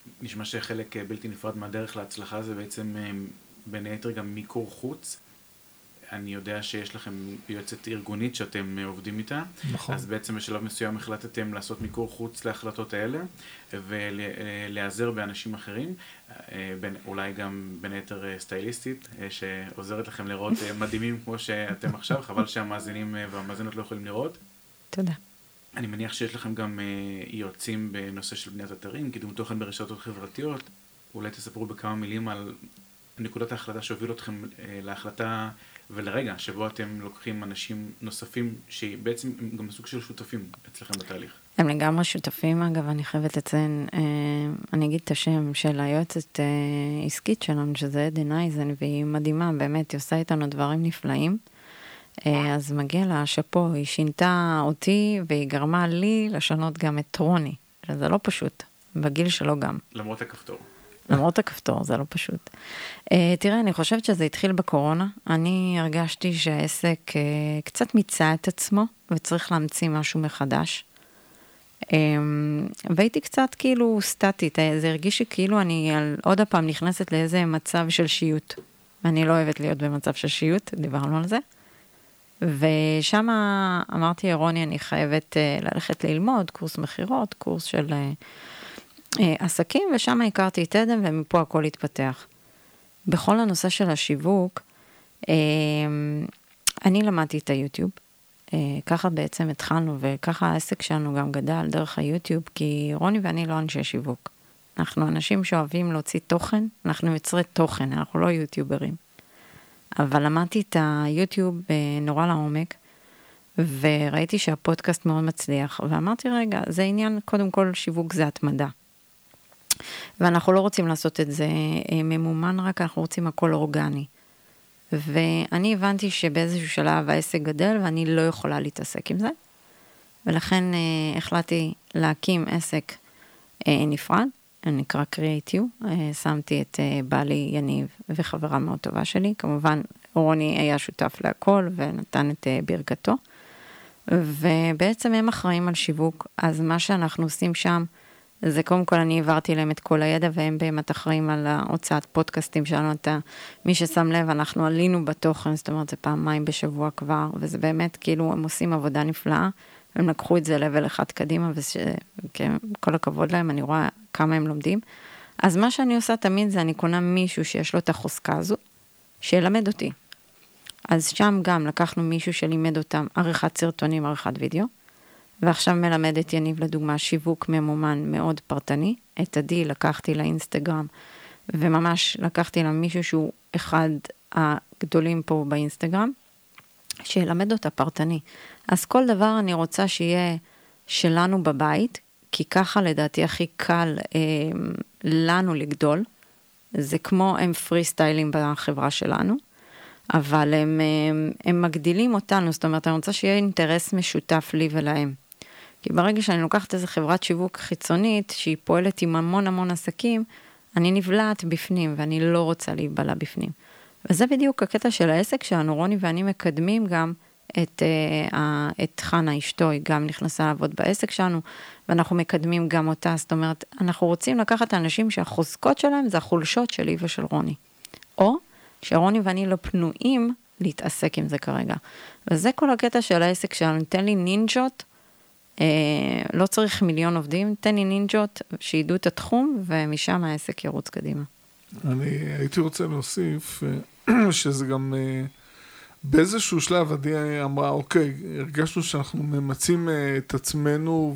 נשמע שחלק בלתי נפרד מהדרך להצלחה זה בעצם בין היתר גם מיקור חוץ. אני יודע שיש לכם יועצת ארגונית שאתם עובדים איתה. נכון. אז בעצם בשלב מסוים החלטתם לעשות מיקור חוץ להחלטות האלה, ולהיעזר באנשים אחרים, בין, אולי גם בין היתר סטייליסטית, שעוזרת לכם לראות מדהימים כמו שאתם עכשיו, חבל שהמאזינים והמאזינות לא יכולים לראות. תודה. אני מניח שיש לכם גם יועצים בנושא של בניית אתרים, קידום תוכן ברשתות חברתיות. אולי תספרו בכמה מילים על נקודת ההחלטה שהוביל אתכם להחלטה ולרגע שבו אתם לוקחים אנשים נוספים שבעצם הם גם סוג של שותפים אצלכם בתהליך. הם לגמרי שותפים, אגב, אני חייבת לציין, אני אגיד את השם של היועצת עסקית שלנו, שזה עדן אייזן, והיא מדהימה, באמת, היא עושה איתנו דברים נפלאים. אז מגיע לה שפו, היא שינתה אותי והיא גרמה לי לשנות גם את רוני, שזה לא פשוט, בגיל שלו גם. למרות הכפתור. למרות הכפתור, זה לא פשוט. Uh, תראה, אני חושבת שזה התחיל בקורונה. אני הרגשתי שהעסק uh, קצת מיצה את עצמו, וצריך להמציא משהו מחדש. Um, והייתי קצת כאילו סטטית, זה הרגיש שכאילו אני על, עוד הפעם נכנסת לאיזה מצב של שיעות. אני לא אוהבת להיות במצב של שיעות, דיברנו על זה. ושם אמרתי, רוני, אני חייבת uh, ללכת ללמוד, קורס מחירות, קורס של... Uh, עסקים, ושם הכרתי את עדן, ומפה הכל התפתח. בכל הנושא של השיווק, אני למדתי את היוטיוב, ככה בעצם התחלנו, וככה העסק שלנו גם גדל דרך היוטיוב, כי רוני ואני לא אנשי שיווק. אנחנו אנשים שאוהבים להוציא תוכן, אנחנו יוצרי תוכן, אנחנו לא יוטיוברים. אבל למדתי את היוטיוב נורא לעומק, וראיתי שהפודקאסט מאוד מצליח, ואמרתי, רגע, זה עניין, קודם כל שיווק זה התמדה. ואנחנו לא רוצים לעשות את זה ממומן רק, אנחנו רוצים הכל אורגני. ואני הבנתי שבאיזשהו שלב העסק גדל, ואני לא יכולה להתעסק עם זה. ולכן אה, החלטתי להקים עסק אה, נפרד, נקרא קריאייטיו. אה, שמתי את אה, בעלי יניב וחברה מאוד טובה שלי. כמובן, רוני היה שותף להכל ונתן את אה, ברכתו. ובעצם הם אחראים על שיווק, אז מה שאנחנו עושים שם, זה קודם כל אני העברתי להם את כל הידע, והם באמת אחראים על ההוצאת פודקאסטים שלנו, אתה, מי ששם לב, אנחנו עלינו בתוכן, זאת אומרת, זה פעמיים בשבוע כבר, וזה באמת כאילו, הם עושים עבודה נפלאה, הם לקחו את זה לבל אחד קדימה, וכל הכבוד להם, אני רואה כמה הם לומדים. אז מה שאני עושה תמיד זה, אני קונה מישהו שיש לו את החוזקה הזו, שילמד אותי. אז שם גם לקחנו מישהו שלימד אותם עריכת סרטונים, עריכת וידאו, ועכשיו מלמד את יניב לדוגמה שיווק ממומן מאוד פרטני, את עדי לקחתי לאינסטגרם, וממש לקחתי למישהו שהוא אחד הגדולים פה באינסטגרם, שילמד אותה פרטני. אז כל דבר אני רוצה שיהיה שלנו בבית, כי ככה לדעתי הכי קל אה, לנו לגדול, זה כמו הם פרי סטיילים בחברה שלנו, אבל הם, הם, הם מגדילים אותנו, זאת אומרת, אני רוצה שיהיה אינטרס משותף לי ולהם. כי ברגע שאני לוקחת איזו חברת שיווק חיצונית, שהיא פועלת עם המון המון עסקים, אני נבלעת בפנים, ואני לא רוצה להיבלה בפנים. וזה בדיוק הקטע של העסק שלנו, רוני ואני מקדמים גם את, את חנה אשתו, היא גם נכנסה לעבוד בעסק שלנו, ואנחנו מקדמים גם אותה, זאת אומרת, אנחנו רוצים לקחת אנשים שהחוזקות שלהם זה החולשות שלי ושל רוני. או שרוני ואני לא פנויים להתעסק עם זה כרגע. וזה כל הקטע של העסק שלנו, תן לי נינג'ות, אה, לא צריך מיליון עובדים, תן לי נינג'ות שידעו את התחום, ומשם העסק ירוץ קדימה. אני הייתי רוצה להוסיף, שזה גם באיזשהו שלב, עדי אמרה, אוקיי, הרגשנו שאנחנו ממצים את עצמנו,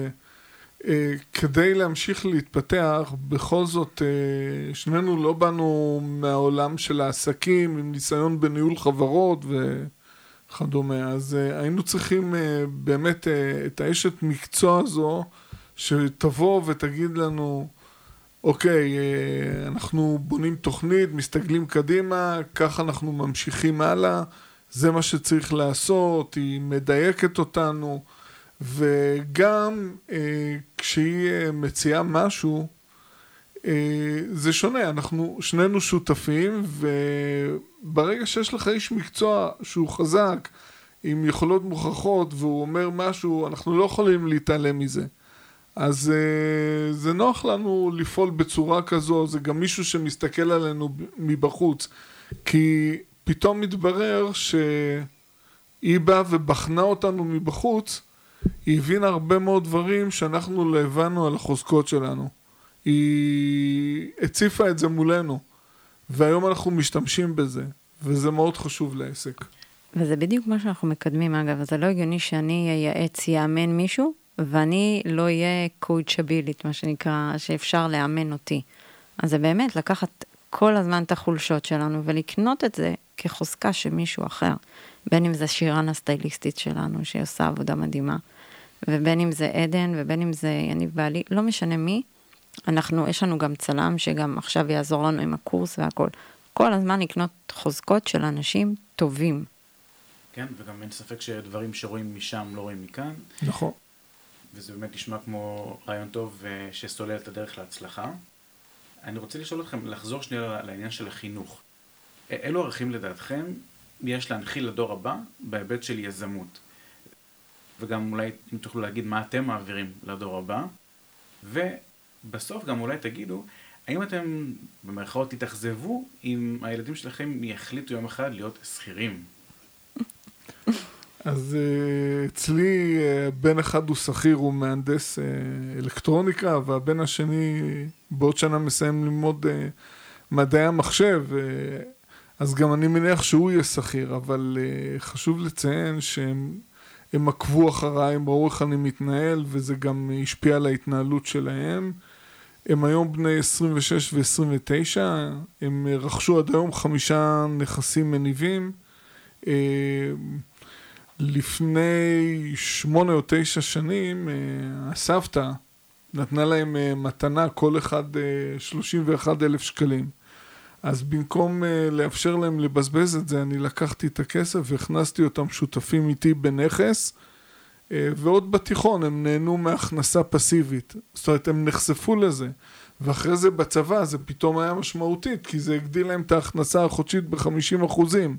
וכדי להמשיך להתפתח, בכל זאת, שנינו לא באנו מהעולם של העסקים, עם ניסיון בניהול חברות וכדומה, אז היינו צריכים באמת את האשת מקצוע הזו, שתבוא ותגיד לנו, אוקיי, אנחנו בונים תוכנית, מסתגלים קדימה, ככה אנחנו ממשיכים הלאה, זה מה שצריך לעשות, היא מדייקת אותנו, וגם כשהיא מציעה משהו, זה שונה, אנחנו שנינו שותפים, וברגע שיש לך איש מקצוע שהוא חזק, עם יכולות מוכחות, והוא אומר משהו, אנחנו לא יכולים להתעלם מזה. אז uh, זה נוח לנו לפעול בצורה כזו, זה גם מישהו שמסתכל עלינו מבחוץ, כי פתאום מתברר שהיא באה ובחנה אותנו מבחוץ, היא הבינה הרבה מאוד דברים שאנחנו לא הבנו על החוזקות שלנו. היא הציפה את זה מולנו, והיום אנחנו משתמשים בזה, וזה מאוד חשוב לעסק. וזה בדיוק מה שאנחנו מקדמים, אגב, זה לא הגיוני שאני אייעץ, יאמן מישהו, ואני לא אהיה קואוצ'בילית, מה שנקרא, שאפשר לאמן אותי. אז זה באמת לקחת כל הזמן את החולשות שלנו, ולקנות את זה כחוזקה של מישהו אחר. בין אם זה שירן הסטייליסטית שלנו, שהיא עושה עבודה מדהימה, ובין אם זה עדן, ובין אם זה יניב בעלי, לא משנה מי, אנחנו, יש לנו גם צלם, שגם עכשיו יעזור לנו עם הקורס והכל. כל הזמן לקנות חוזקות של אנשים טובים. כן, וגם אין ספק שדברים שרואים משם לא רואים מכאן. נכון. וזה באמת נשמע כמו רעיון טוב שסולל את הדרך להצלחה. אני רוצה לשאול אתכם, לחזור שנייה לעניין של החינוך. אילו ערכים לדעתכם יש להנחיל לדור הבא בהיבט של יזמות? וגם אולי אם תוכלו להגיד מה אתם מעבירים לדור הבא. ובסוף גם אולי תגידו, האם אתם במרכאות תתאכזבו אם הילדים שלכם יחליטו יום אחד להיות שכירים? אז אצלי בן אחד הוא שכיר, הוא מהנדס אלקטרוניקה, והבן השני בעוד שנה מסיים ללמוד מדעי המחשב, אז גם אני מניח שהוא יהיה שכיר, אבל חשוב לציין שהם הם עקבו אחריי, הם ראו איך אני מתנהל, וזה גם השפיע על ההתנהלות שלהם. הם היום בני עשרים ושש ו-עשרים ותשע, הם רכשו עד היום חמישה נכסים מניבים, לפני שמונה או תשע שנים, הסבתא נתנה להם מתנה, כל אחד שלושים ואחד אלף שקלים. אז במקום לאפשר להם לבזבז את זה, אני לקחתי את הכסף והכנסתי אותם שותפים איתי בנכס, ועוד בתיכון הם נהנו מהכנסה פסיבית. זאת אומרת, הם נחשפו לזה. ואחרי זה בצבא זה פתאום היה משמעותית, כי זה הגדיל להם את ההכנסה החודשית ב-חמישים אחוזים.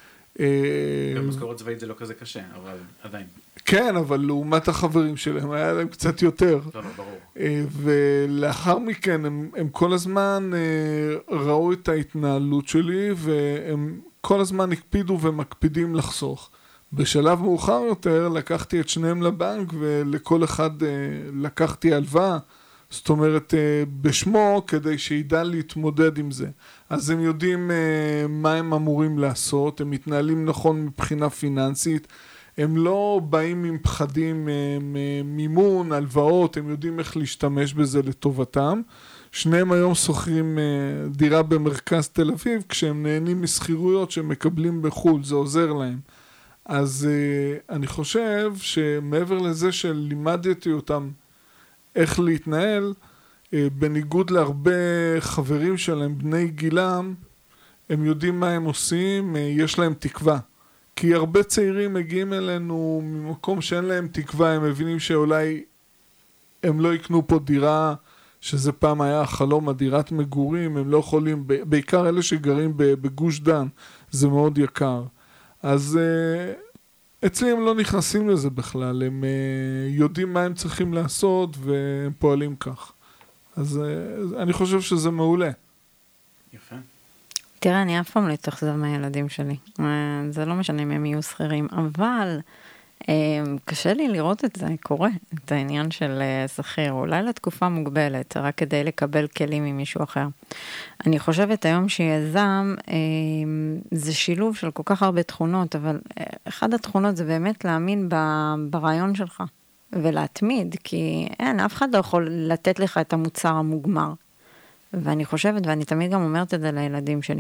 במשכורת צבאית זה לא כזה קשה, אבל עדיין. כן, אבל לעומת החברים שלהם היה להם קצת יותר. לא, לא, ברור. ולאחר מכן הם, הם כל הזמן ראו את ההתנהלות שלי, והם כל הזמן הקפידו ומקפידים לחסוך. בשלב מאוחר יותר לקחתי את שניהם לבנק, ולכל אחד לקחתי הלוואה, זאת אומרת בשמו, כדי שידע להתמודד עם זה. אז הם יודעים מה הם אמורים לעשות, הם מתנהלים נכון מבחינה פיננסית, הם לא באים עם פחדים מימון, הלוואות, הם יודעים איך להשתמש בזה לטובתם. שניהם היום שוכרים דירה במרכז תל אביב, כשהם נהנים מסחירויות שהם מקבלים בחול, זה עוזר להם. אז אני חושב שמעבר לזה שלימדתי אותם איך להתנהל, בניגוד להרבה חברים שלהם, בני גילם, הם יודעים מה הם עושים, יש להם תקווה. כי הרבה צעירים מגיעים אלינו ממקום שאין להם תקווה, הם מבינים שאולי הם לא יקנו פה דירה, שזה פעם היה החלום, הדירת מגורים, הם לא יכולים, בעיקר אלה שגרים בגוש דן, זה מאוד יקר. אז אצלי הם לא נכנסים לזה בכלל, הם יודעים מה הם צריכים לעשות והם פועלים כך. אז אני חושב שזה מעולה. יפה. תראה, אני אף פעם לא אתאכזב מהילדים שלי. זה לא משנה אם הם יהיו שכירים, אבל קשה לי לראות את זה, קורה, את העניין של שכיר, אולי לתקופה מוגבלת, רק כדי לקבל כלים ממישהו אחר. אני חושבת היום שיזם, זה שילוב של כל כך הרבה תכונות, אבל אחד התכונות זה באמת להאמין ברעיון שלך, ולהתמיד, כי אין, אף אחד לא יכול לתת לך את המוצר המוגמר. ואני חושבת, ואני תמיד גם אומרת את זה לילדים שלי,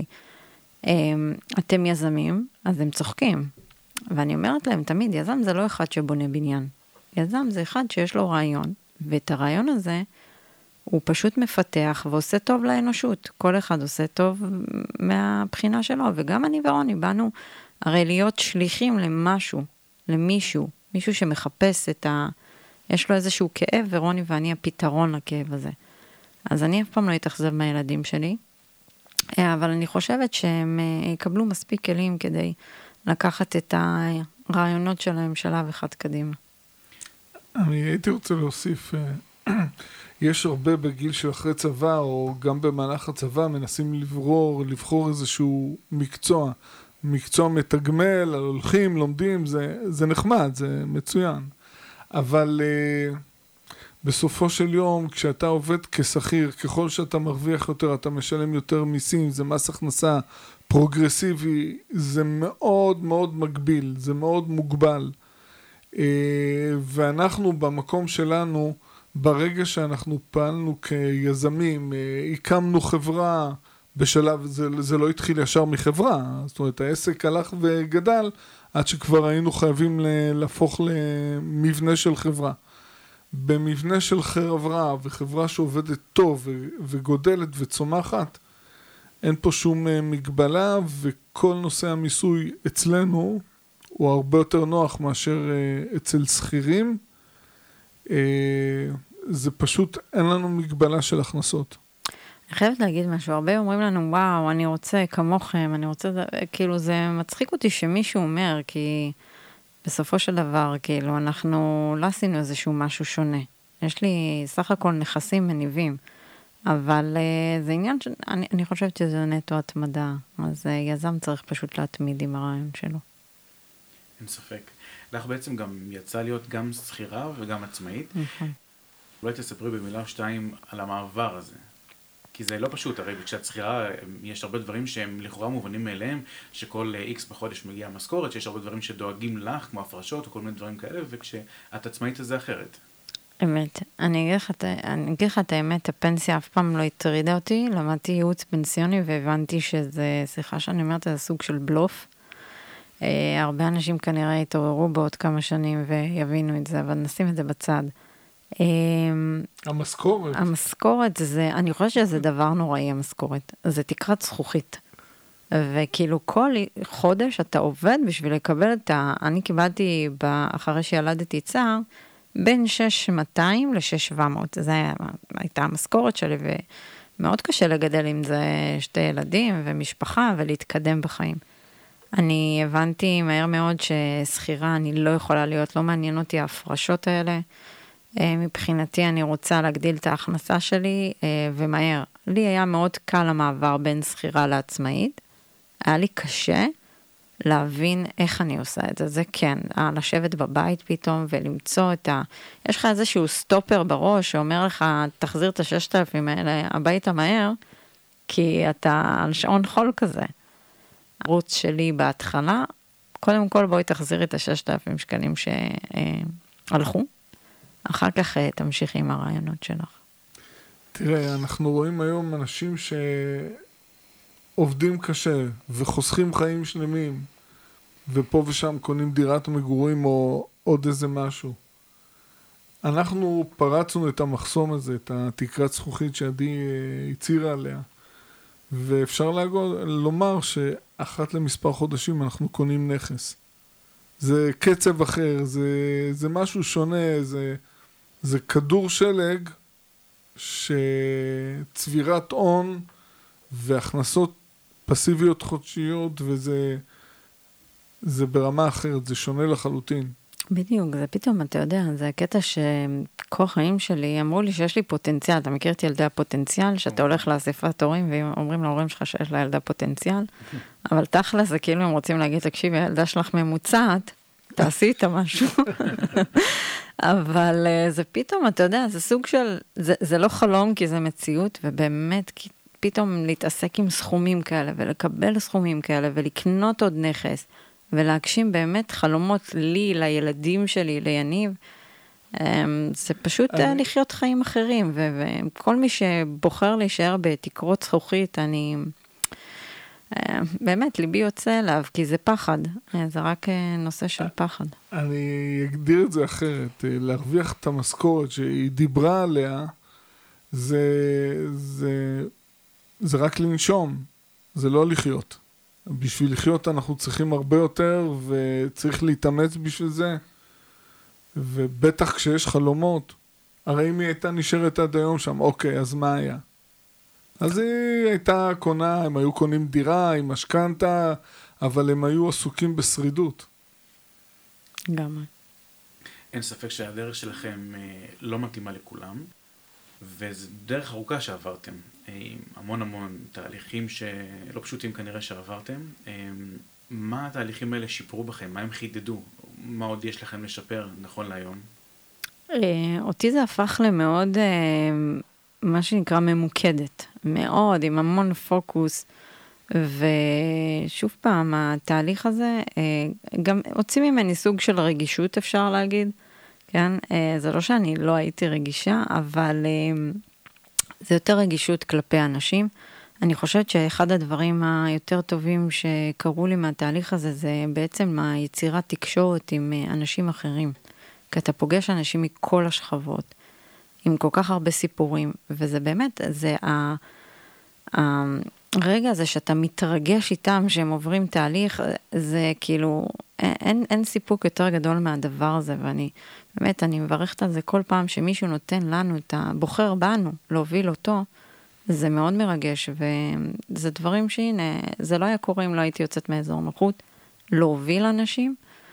אתם יזמים, אז הם צוחקים. ואני אומרת להם תמיד, יזם זה לא אחד שבונה בניין. יזם זה אחד שיש לו רעיון, ואת הרעיון הזה הוא פשוט מפתח ועושה טוב לאנושות. כל אחד עושה טוב מהבחינה שלו, וגם אני ורוני באנו הרי להיות שליחים למשהו, למישהו, מישהו שמחפש את ה... יש לו איזשהו כאב, ורוני ואני הפתרון לכאב הזה. אז אני אף פעם לא אתאכזב מהילדים שלי, אבל אני חושבת שהם יקבלו מספיק כלים כדי לקחת את הרעיונות שלהם שלב אחד קדימה. אני הייתי רוצה להוסיף יש הרבה בגיל של אחרי צבא, או גם במהלך הצבא, מנסים לברור, לבחור איזשהו מקצוע. מקצוע מתגמל, הולכים, לומדים, זה, זה נחמד, זה מצוין. אבל uh, בסופו של יום, כשאתה עובד כשכיר, ככל שאתה מרוויח יותר, אתה משלם יותר מיסים, זה מס הכנסה פרוגרסיבי, זה מאוד מאוד מגביל, זה מאוד מוגבל. Uh, ואנחנו במקום שלנו, ברגע שאנחנו פעלנו כיזמים, uh, הקמנו חברה, בשלב, זה, זה לא התחיל ישר מחברה, זאת אומרת, העסק הלך וגדל, עד שכבר היינו חייבים להפוך למבנה של חברה. במבנה של חברה, וחברה שעובדת טוב וגודלת וצומחת, אין פה שום מגבלה, וכל נושא המיסוי אצלנו הוא הרבה יותר נוח מאשר אצל שכירים. זה פשוט, אין לנו מגבלה של הכנסות. אני חייבת להגיד משהו, הרבה אומרים לנו, וואו, אני רוצה כמוכם, אני רוצה, כאילו זה מצחיק אותי שמישהו אומר, כי בסופו של דבר, כאילו, אנחנו לא עשינו איזשהו משהו שונה. יש לי סך הכל נכסים מניבים, אבל uh, זה עניין שאני אני חושבת שזה נטו התמדה, אז uh, יזם צריך פשוט להתמיד עם הרעיון שלו. אין ספק. לך בעצם גם יצא להיות גם שכירה וגם עצמאית. נכון. אולי תספרי במילה או שתיים על המעבר הזה. כי זה לא פשוט, הרי כשאת שכירה, יש הרבה דברים שהם לכאורה מובנים מאליהם, שכל איקס בחודש מגיע משכורת, שיש הרבה דברים שדואגים לך, כמו הפרשות או כל מיני דברים כאלה, וכשאת עצמאית זה אחרת. אמת. אני אגיד לך את האמת, הפנסיה אף פעם לא הטרידה אותי, למדתי ייעוץ פנסיוני והבנתי שזה, סליחה שאני אומרת, זה סוג של בלוף. הרבה אנשים כנראה יתעוררו בעוד כמה שנים ויבינו את זה, אבל נשים את זה בצד. המשכורת. המשכורת זה, אני חושבת שזה דבר נוראי, המשכורת. זה תקרת זכוכית. וכאילו כל חודש אתה עובד בשביל לקבל את ה... אני קיבלתי אחרי שילדתי צער, בין שש מאתיים ל-שש שבע מאות. זו הייתה המשכורת שלי, ומאוד קשה לגדל עם זה שתי ילדים ומשפחה ולהתקדם בחיים. אני הבנתי מהר מאוד ששכירה אני לא יכולה להיות, לא מעניין אותי ההפרשות האלה. מבחינתי אני רוצה להגדיל את ההכנסה שלי, ומהר. לי היה מאוד קל המעבר בין שכירה לעצמאית. היה לי קשה להבין איך אני עושה את זה. זה כן, לשבת בבית פתאום ולמצוא את ה... יש לך איזשהו סטופר בראש שאומר לך, תחזיר את הששת אלפים האלה הביתה מהר, כי אתה על שעון חול כזה. הרוץ שלי בהתחלה, קודם כל בואי תחזיר את הששת אלפים שקלים שהלכו. אחר כך תמשיכי עם הרעיונות שלך. תראה, אנחנו רואים היום אנשים שעובדים קשה וחוסכים חיים שלמים, ופה ושם קונים דירת מגורים או עוד איזה משהו. אנחנו פרצנו את המחסום הזה, את התקרת זכוכית שעדי הצירה עליה, ואפשר להגוד, לומר שאחת למספר חודשים אנחנו קונים נכס. זה קצב אחר, זה, זה משהו שונה, זה, זה כדור שלג שצבירת הון והכנסות פסיביות חודשיות, וזה זה ברמה אחרת, זה שונה לחלוטין. בדיוק, זה פתאום, אתה יודע, זה הקטע שכל החיים שלי אמרו לי שיש לי פוטנציאל, אתה מכיר את ילדי הפוטנציאל, שאתה הולך לאספת הורים ואומרים להורים שלך שיש לה ילדה פוטנציאל, אבל תכל'ס זה כאילו הם רוצים להגיד, תקשיבי, הילדה שלך ממוצעת, תעשי איתה משהו. אבל זה פתאום, אתה יודע, זה סוג של, זה, זה לא חלום כי זה מציאות, ובאמת פתאום להתעסק עם סכומים כאלה, ולקבל סכומים כאלה, ולקנות עוד נכס, ולהגשים באמת חלומות לי, לילדים שלי, ליניב, זה פשוט אני... לחיות חיים אחרים, וכל מי שבוחר להישאר בתקרות זכוכית, אני... באמת, ליבי יוצא אליו, כי זה פחד. זה רק נושא של פחד. אני אגדיר את זה אחרת. להרוויח את המשכורת שהיא דיברה עליה, זה, זה, זה רק לנשום. זה לא לחיות. בשביל לחיות אנחנו צריכים הרבה יותר, וצריך להתאמץ בשביל זה. ובטח כשיש חלומות, הרי אם היא הייתה נשארת עד היום שם, אוקיי, אז מה היה? אז היא הייתה קונה, הם היו קונים דירה עם משכנתה, אבל הם היו עסוקים בשרידות. גם. אין ספק שהדרך שלכם לא מתאימה לכולם, וזו דרך ארוכה שעברתם, עם המון המון תהליכים שלא פשוטים כנראה שעברתם. מה התהליכים האלה שיפרו בכם? מה הם חידדו? מה עוד יש לכם לשפר נכון להיום? אותי זה הפך למאוד, מה שנקרא ממוקדת, מאוד, עם המון פוקוס, ושוב פעם, התהליך הזה, גם הוציא ממני סוג של רגישות, אפשר להגיד, כן? זה לא שאני לא הייתי רגישה, אבל זה יותר רגישות כלפי אנשים. אני חושבת שאחד הדברים היותר טובים שקרו לי מהתהליך הזה, זה בעצם היצירת תקשורת עם אנשים אחרים. כי אתה פוגש אנשים מכל השכבות, עם כל כך הרבה סיפורים, וזה באמת, זה ה... הרגע הזה שאתה מתרגש איתם, שהם עוברים תהליך, זה כאילו, אין, אין סיפוק יותר גדול מהדבר הזה, ואני, באמת, אני מברכת על זה כל פעם שמישהו נותן לנו את הבוחר בנו, להוביל אותו, זה מאוד מרגש, וזה דברים שהנה, זה לא היה קורה אם לא הייתי יוצאת מאזור נוחות, להוביל אנשים,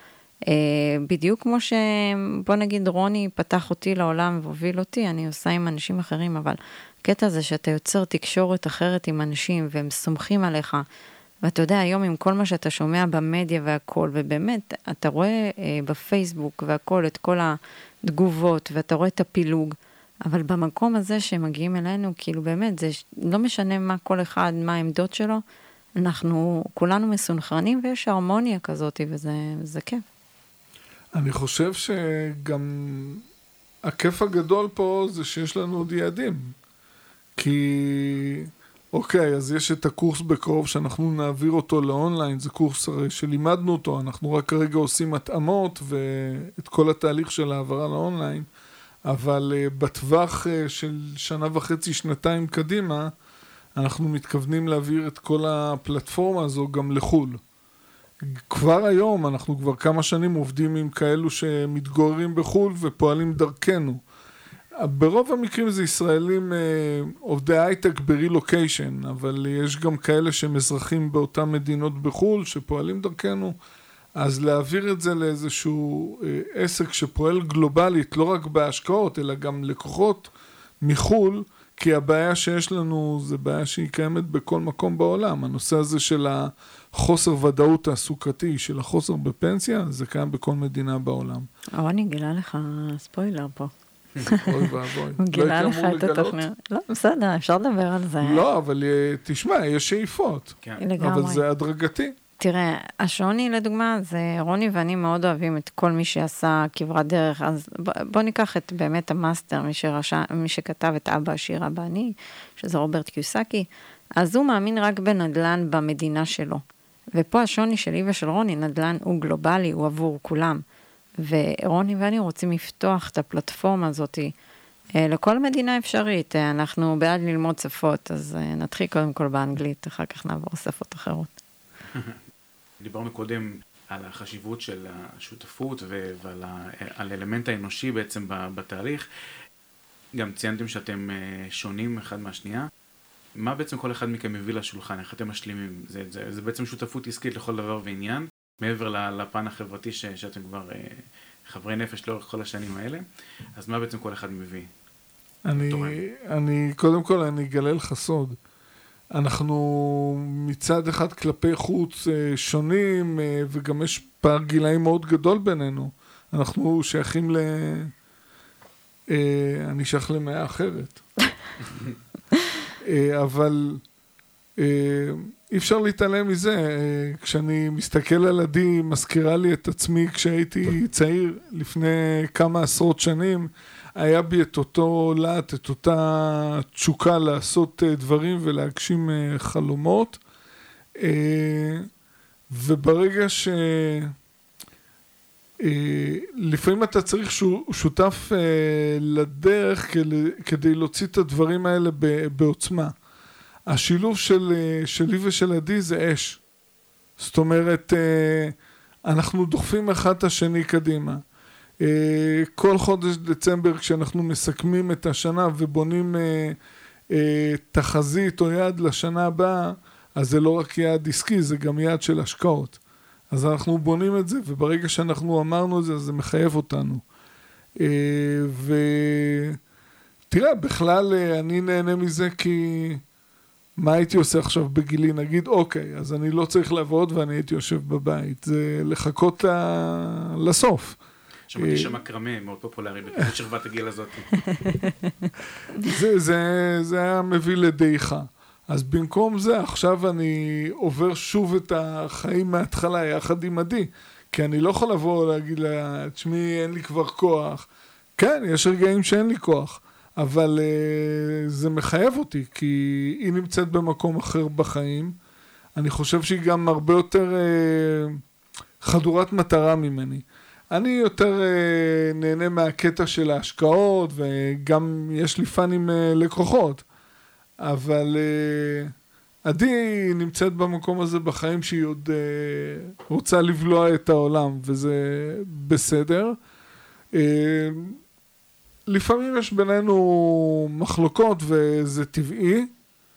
בדיוק כמו שבוא נגיד רוני פתח אותי לעולם והוביל אותי, אני עושה עם אנשים אחרים, אבל הקטע הזה שאתה יוצר תקשורת אחרת עם אנשים והם סומכים עליך, ואתה יודע היום עם כל מה שאתה שומע במדיה והכל, ובאמת אתה רואה בפייסבוק והכל את כל התגובות ואתה רואה את הפילוג, אבל במקום הזה שמגיעים אלינו, כאילו באמת זה לא משנה מה כל אחד, מה העמדות שלו, אנחנו כולנו מסונכרנים ויש הרמוניה כזאת וזה זה כיף. אני חושב שגם הכיף הגדול פה זה שיש לנו עוד יעדים. כי, אוקיי, אז יש את הקורס בקרוב שאנחנו נעביר אותו לאונליין, זה קורס הרי שלימדנו אותו, אנחנו רק כרגע עושים התאמות ואת כל התהליך של העברה לאונליין, אבל בטווח של שנה וחצי, שנתיים קדימה, אנחנו מתכוונים להעביר את כל הפלטפורמה הזו גם לחול. כבר היום, אנחנו כבר כמה שנים עובדים עם כאלו שמתגוררים בחול ופועלים דרכנו. ברוב המקרים זה ישראלים עובדי הייטק ברילוקיישן, אבל יש גם כאלה שהם אזרחים באותן מדינות בחול שפועלים דרכנו, אז להעביר את זה לאיזשהו עסק שפועל גלובלית, לא רק בהשקעות, אלא גם לקוחות מחול, כי הבעיה שיש לנו זה בעיה שהיא קיימת בכל מקום בעולם. הנושא הזה של החוסר ודאות תעסוקתי, של החוסר בפנסיה, זה קיים בכל מדינה בעולם. אבל אני גילה לך ספוילר פה. אוי ואבוי. הוא גילה לך את התוכנית. לא, בסדר, אפשר לדבר על זה. לא, אבל תשמע, יש שאיפות. לגמרי. אבל זה הדרגתי. תראה, השוני לדוגמה, זה רוני ואני מאוד אוהבים את כל מי שעשה כברת דרך, אז בוא ניקח את באמת המאסטר, מי, שרשע, מי שכתב את אבא עשיר אבא אני, שזה רוברט קיוסקי, אז הוא מאמין רק בנדלן במדינה שלו. ופה השוני שלי ושל רוני, נדלן הוא גלובלי, הוא עבור כולם. ורוני ואני רוצים לפתוח את הפלטפורמה הזאת לכל מדינה אפשרית. אנחנו בעד ללמוד שפות, אז נתחיל קודם כל באנגלית, אחר כך נעבור שפות אחרות. דיברנו קודם על החשיבות של השותפות ועל האלמנט האנושי בעצם בתהליך. גם ציינתם שאתם שונים אחד מהשנייה. מה בעצם כל אחד מכם מביא לשולחן? איך אתם משלימים? זה, זה, זה בעצם שותפות עסקית לכל דבר ועניין, מעבר לפן החברתי ש, שאתם כבר חברי נפש לאורך כל השנים האלה. אז מה בעצם כל אחד מביא? אני, אני, קודם כל אני אגלה לך סוד. אנחנו מצד אחד כלפי חוץ שונים, וגם יש פער גילאים מאוד גדול בינינו. אנחנו שייכים ל... אני שייך למאה אחרת. אבל אי אפשר להתעלם מזה. כשאני מסתכל על עדי, מזכירה לי את עצמי כשהייתי צעיר לפני כמה עשרות שנים, היה בי את אותו לעת, את אותה תשוקה לעשות דברים ולהגשים חלומות. וברגע ש... לפעמים אתה צריך שותף לדרך כדי להוציא את הדברים האלה בעוצמה. השילוב של, שלי ושל עדי זה אש. זאת אומרת, אנחנו דוחפים אחד את השני קדימה. כל חודש דצמבר כשאנחנו מסכמים את השנה ובונים תחזית או יעד לשנה הבאה, אז זה לא רק יעד עסקי, זה גם יעד של השקעות. אז אנחנו בונים את זה, וברגע שאנחנו אמרנו את זה, אז זה מחייב אותנו. ותראה, בכלל אני נהנה מזה כי מה הייתי עושה עכשיו בגילי? נגיד, אוקיי, אז אני לא צריך לעבוד ואני הייתי יושב בבית. זה לחכות לסוף. שמעתי שמקרמה מאוד פופולרי בתקופת שכבת הגיל הזאת. זה, זה, זה היה מביא לדעיכה. אז במקום זה, עכשיו אני עובר שוב את החיים מההתחלה יחד עם עדי. כי אני לא יכול לבוא להגיד לה, תשמעי, אין לי כבר כוח. כן, יש רגעים שאין לי כוח. אבל uh, זה מחייב אותי, כי היא נמצאת במקום אחר בחיים. אני חושב שהיא גם הרבה יותר uh, חדורת מטרה ממני. אני יותר uh, נהנה מהקטע של ההשקעות, וגם יש לי פנים uh, לקוחות. אבל uh, עדי נמצאת במקום הזה בחיים שהיא עוד uh, רוצה לבלוע את העולם, וזה בסדר. Uh, לפעמים יש בינינו מחלוקות וזה טבעי,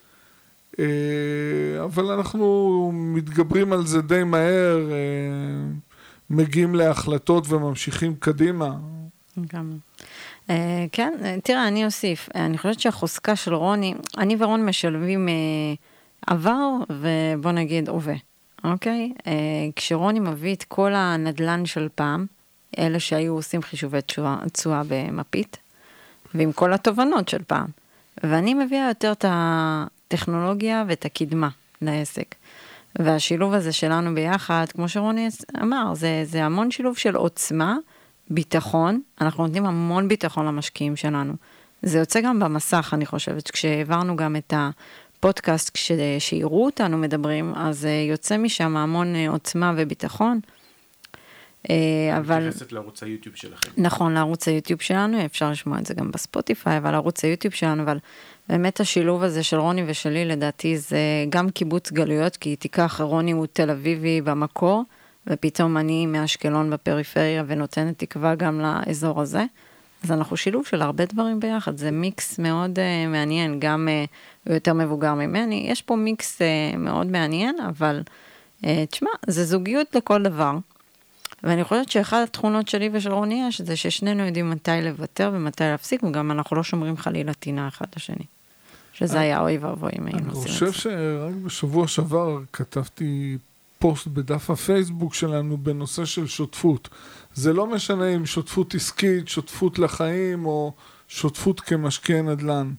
אבל אנחנו מתגברים על זה די מהר, מגיעים להחלטות וממשיכים קדימה. גם. כן, תראה, אני אוסיף, אני חושבת שהחוזקה של רוני, אני ורוני משלבים עבר ובוא נגיד הווה, אוקיי? כשרוני מביא את כל הנדלן של פעם, אלה שהיו עושים חישובי תשואה במפית, ועם כל התובנות של פעם. ואני מביאה יותר את הטכנולוגיה ואת הקדמה לעסק. והשילוב הזה שלנו ביחד, כמו שרוני אמר, זה, זה המון שילוב של עוצמה, ביטחון, אנחנו נותנים המון ביטחון למשקיעים שלנו. זה יוצא גם במסך, אני חושבת, כשהעברנו גם את הפודקאסט, כשיראו אותנו מדברים, אז יוצא משם המון עוצמה וביטחון, אבל... מתייחסת לערוץ היוטיוב שלכם. נכון, לערוץ היוטיוב שלנו, אפשר לשמוע את זה גם בספוטיפיי, אבל לערוץ היוטיוב שלנו, אבל באמת השילוב הזה של רוני ושלי, לדעתי, זה גם קיבוץ גלויות, כי תיקח, רוני הוא תל אביבי במקור, ופתאום אני מאשקלון בפריפריה, ונותנת תקווה גם לאזור הזה, אז אנחנו שילוב של הרבה דברים ביחד, זה מיקס מאוד uh, מעניין, גם uh, הוא יותר מבוגר ממני, יש פה מיקס uh, מאוד מעניין, אבל uh, תשמע, זה זוגיות לכל דבר, ואני חושבת שאחת התכונות שלי ושל רוני יש, זה ששנינו יודעים מתי לוותר ומתי להפסיק, וגם אנחנו לא שומרים חלילה טינה אחד לשני. שזה היה אוי ואבוי אם היינו עושים את זה. אני חושב שרק בשבוע שעבר כתבתי פוסט בדף הפייסבוק שלנו בנושא של שותפות. זה לא משנה אם שותפות עסקית, שותפות לחיים, או שותפות כמשקיע נדל"ן.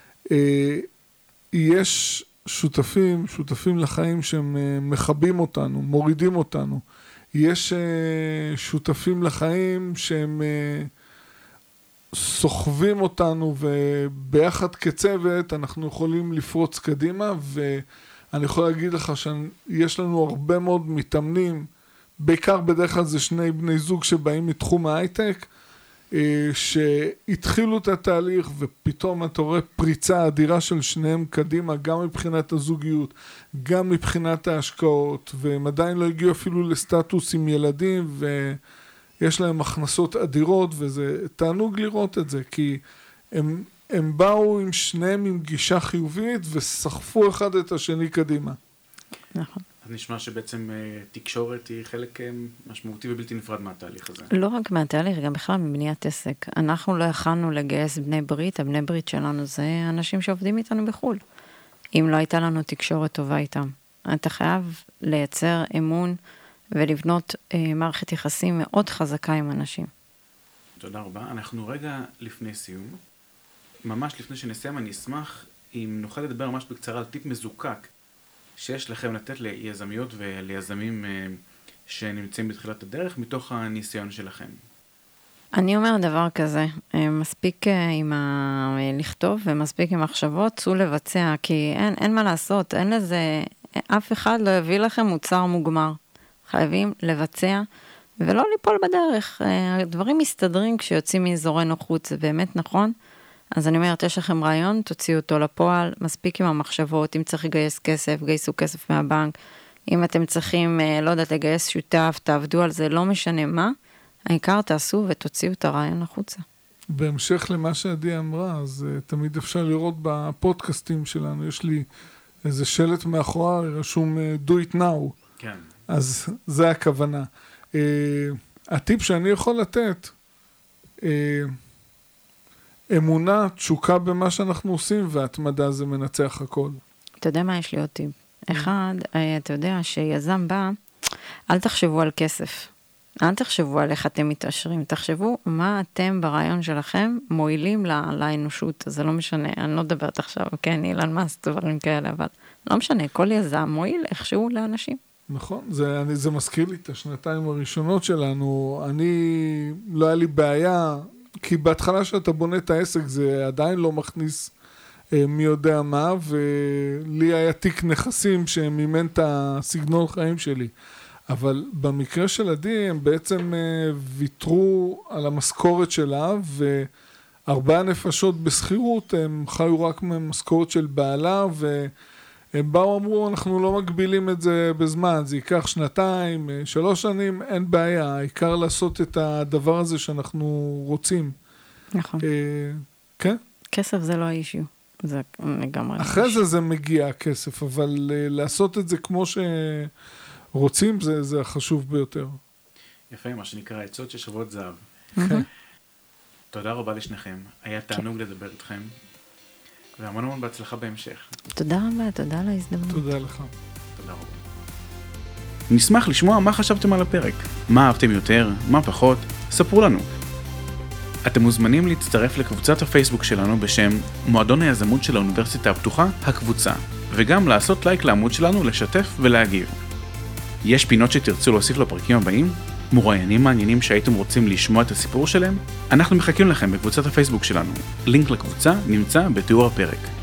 יש שותפים, שותפים לחיים שהם מחבים אותנו, מורידים אותנו. יש שותפים לחיים שהם סוחבים אותנו, וביחד כצוות אנחנו יכולים לפרוץ קדימה, ואני יכול להגיד לך שיש לנו הרבה מאוד מתאמנים, בעיקר בדרך כלל זה שני בני זוג שבאים מתחום ההייטק, שהתחילו את התהליך ופתאום אתה רואה פריצה אדירה של שניהם קדימה, גם מבחינת הזוגיות, גם מבחינת ההשקעות, והם עדיין לא הגיעו אפילו לסטטוס עם ילדים, ויש להם הכנסות אדירות, וזה תענוג לראות את זה, כי הם, הם באו עם שניהם עם גישה חיובית, וסחפו אחד את השני קדימה. נכון. אז נשמע שבעצם תקשורת היא חלק משמעותי ובלתי נפרד מהתהליך הזה. לא רק מהתהליך, גם בכלל מבניית עסק. אנחנו לא יכלנו לגייס בני ברית, הבני ברית שלנו זה אנשים שעובדים איתנו בחול. אם לא הייתה לנו תקשורת טובה איתם. אתה חייב לייצר אמון ולבנות אה, מערכת יחסים מאוד חזקה עם אנשים. תודה רבה. אנחנו רגע לפני סיום. ממש לפני שנסיים, אני אשמח אם נוכל לדבר ממש בקצרה על טיפ מזוקק שיש לכם לתת ליזמיות וליזמים שנמצאים בתחילת הדרך מתוך הניסיון שלכם. אני אומר דבר כזה, מספיק עם ה... לכתוב ומספיק עם מחשבות, צאו לבצע, כי אין, אין מה לעשות, אין לזה, אף אחד לא יביא לכם מוצר מוגמר. חייבים לבצע ולא ליפול בדרך. הדברים מסתדרים כשיוצאים מאזורי נוחות, זה באמת נכון. אז אני אומרת, יש לכם רעיון, תוציאו אותו לפועל, מספיק עם המחשבות, אם צריך לגייס כסף, גייסו כסף מהבנק, אם אתם צריכים, לא יודעת, לגייס שותף, תעבדו על זה, לא משנה מה, העיקר תעשו ותוציאו את הרעיון החוצה. בהמשך למה שעדי אמרה, אז uh, תמיד אפשר לראות בפודקאסטים שלנו, יש לי איזה שלט מאחורה, רשום uh, do it now. כן. אז זה הכוונה. Uh, הטיפ שאני יכול לתת, אה, אמונה, תשוקה במה שאנחנו עושים, והתמדה זה מנצח הכל. אתה יודע מה יש לי עוד טיפ? אחד, אתה יודע שיזם בא, אל תחשבו על כסף. אל תחשבו על איך אתם מתעשרים. תחשבו מה אתם ברעיון שלכם מועילים לאנושות. זה לא משנה, אני לא מדברת עכשיו, כן, אילן מאסק, דברים כאלה, אבל לא משנה, כל יזם מועיל איכשהו לאנשים. נכון, זה, אני, זה מזכיר לי את השנתיים הראשונות שלנו. אני, לא היה לי בעיה, כי בהתחלה שאתה בונה את העסק, זה עדיין לא מכניס אה, מי יודע מה, ולי היה תיק נכסים שמימן את הסגנון חיים שלי. אבל במקרה של עדי, הם בעצם אה, ויתרו על המשכורת שלה, וארבעה נפשות בסחירות, הם חיו רק מהמשכורת של בעלה, והם באו אמרו, אנחנו לא מגבילים את זה בזמן, זה ייקח שנתיים, שלוש שנים, אין בעיה, העיקר לעשות את הדבר הזה שאנחנו רוצים. נכון. אה, כן? כסף זה לא האישיו, זה לגמרי. אחרי זה זה מגיע הכסף, אבל אה, לעשות את זה כמו ש... רוצים, זה, זה החשוב ביותר. יפה, מה שנקרא עצות ששוות זהב. כן. תודה רבה לשניכם, היה תענוג לדבר איתכם, והמון המון בהצלחה בהמשך. תודה רבה, תודה על ההזדמנות. תודה לך. תודה רבה. נשמח לשמוע מה חשבתם על הפרק. מה אהבתם יותר, מה פחות, ספרו לנו. אתם מוזמנים להצטרף לקבוצת הפייסבוק שלנו בשם מועדון היזמות של האוניברסיטה הפתוחה, הקבוצה, וגם לעשות לייק לעמוד שלנו, לשתף ולהגיב. יש פינות שתרצו להוסיף לפרקים הבאים? מרואיינים מעניינים שהייתם רוצים לשמוע את הסיפור שלהם? אנחנו מחכים לכם בקבוצת הפייסבוק שלנו. לינק לקבוצה נמצא בתיאור הפרק.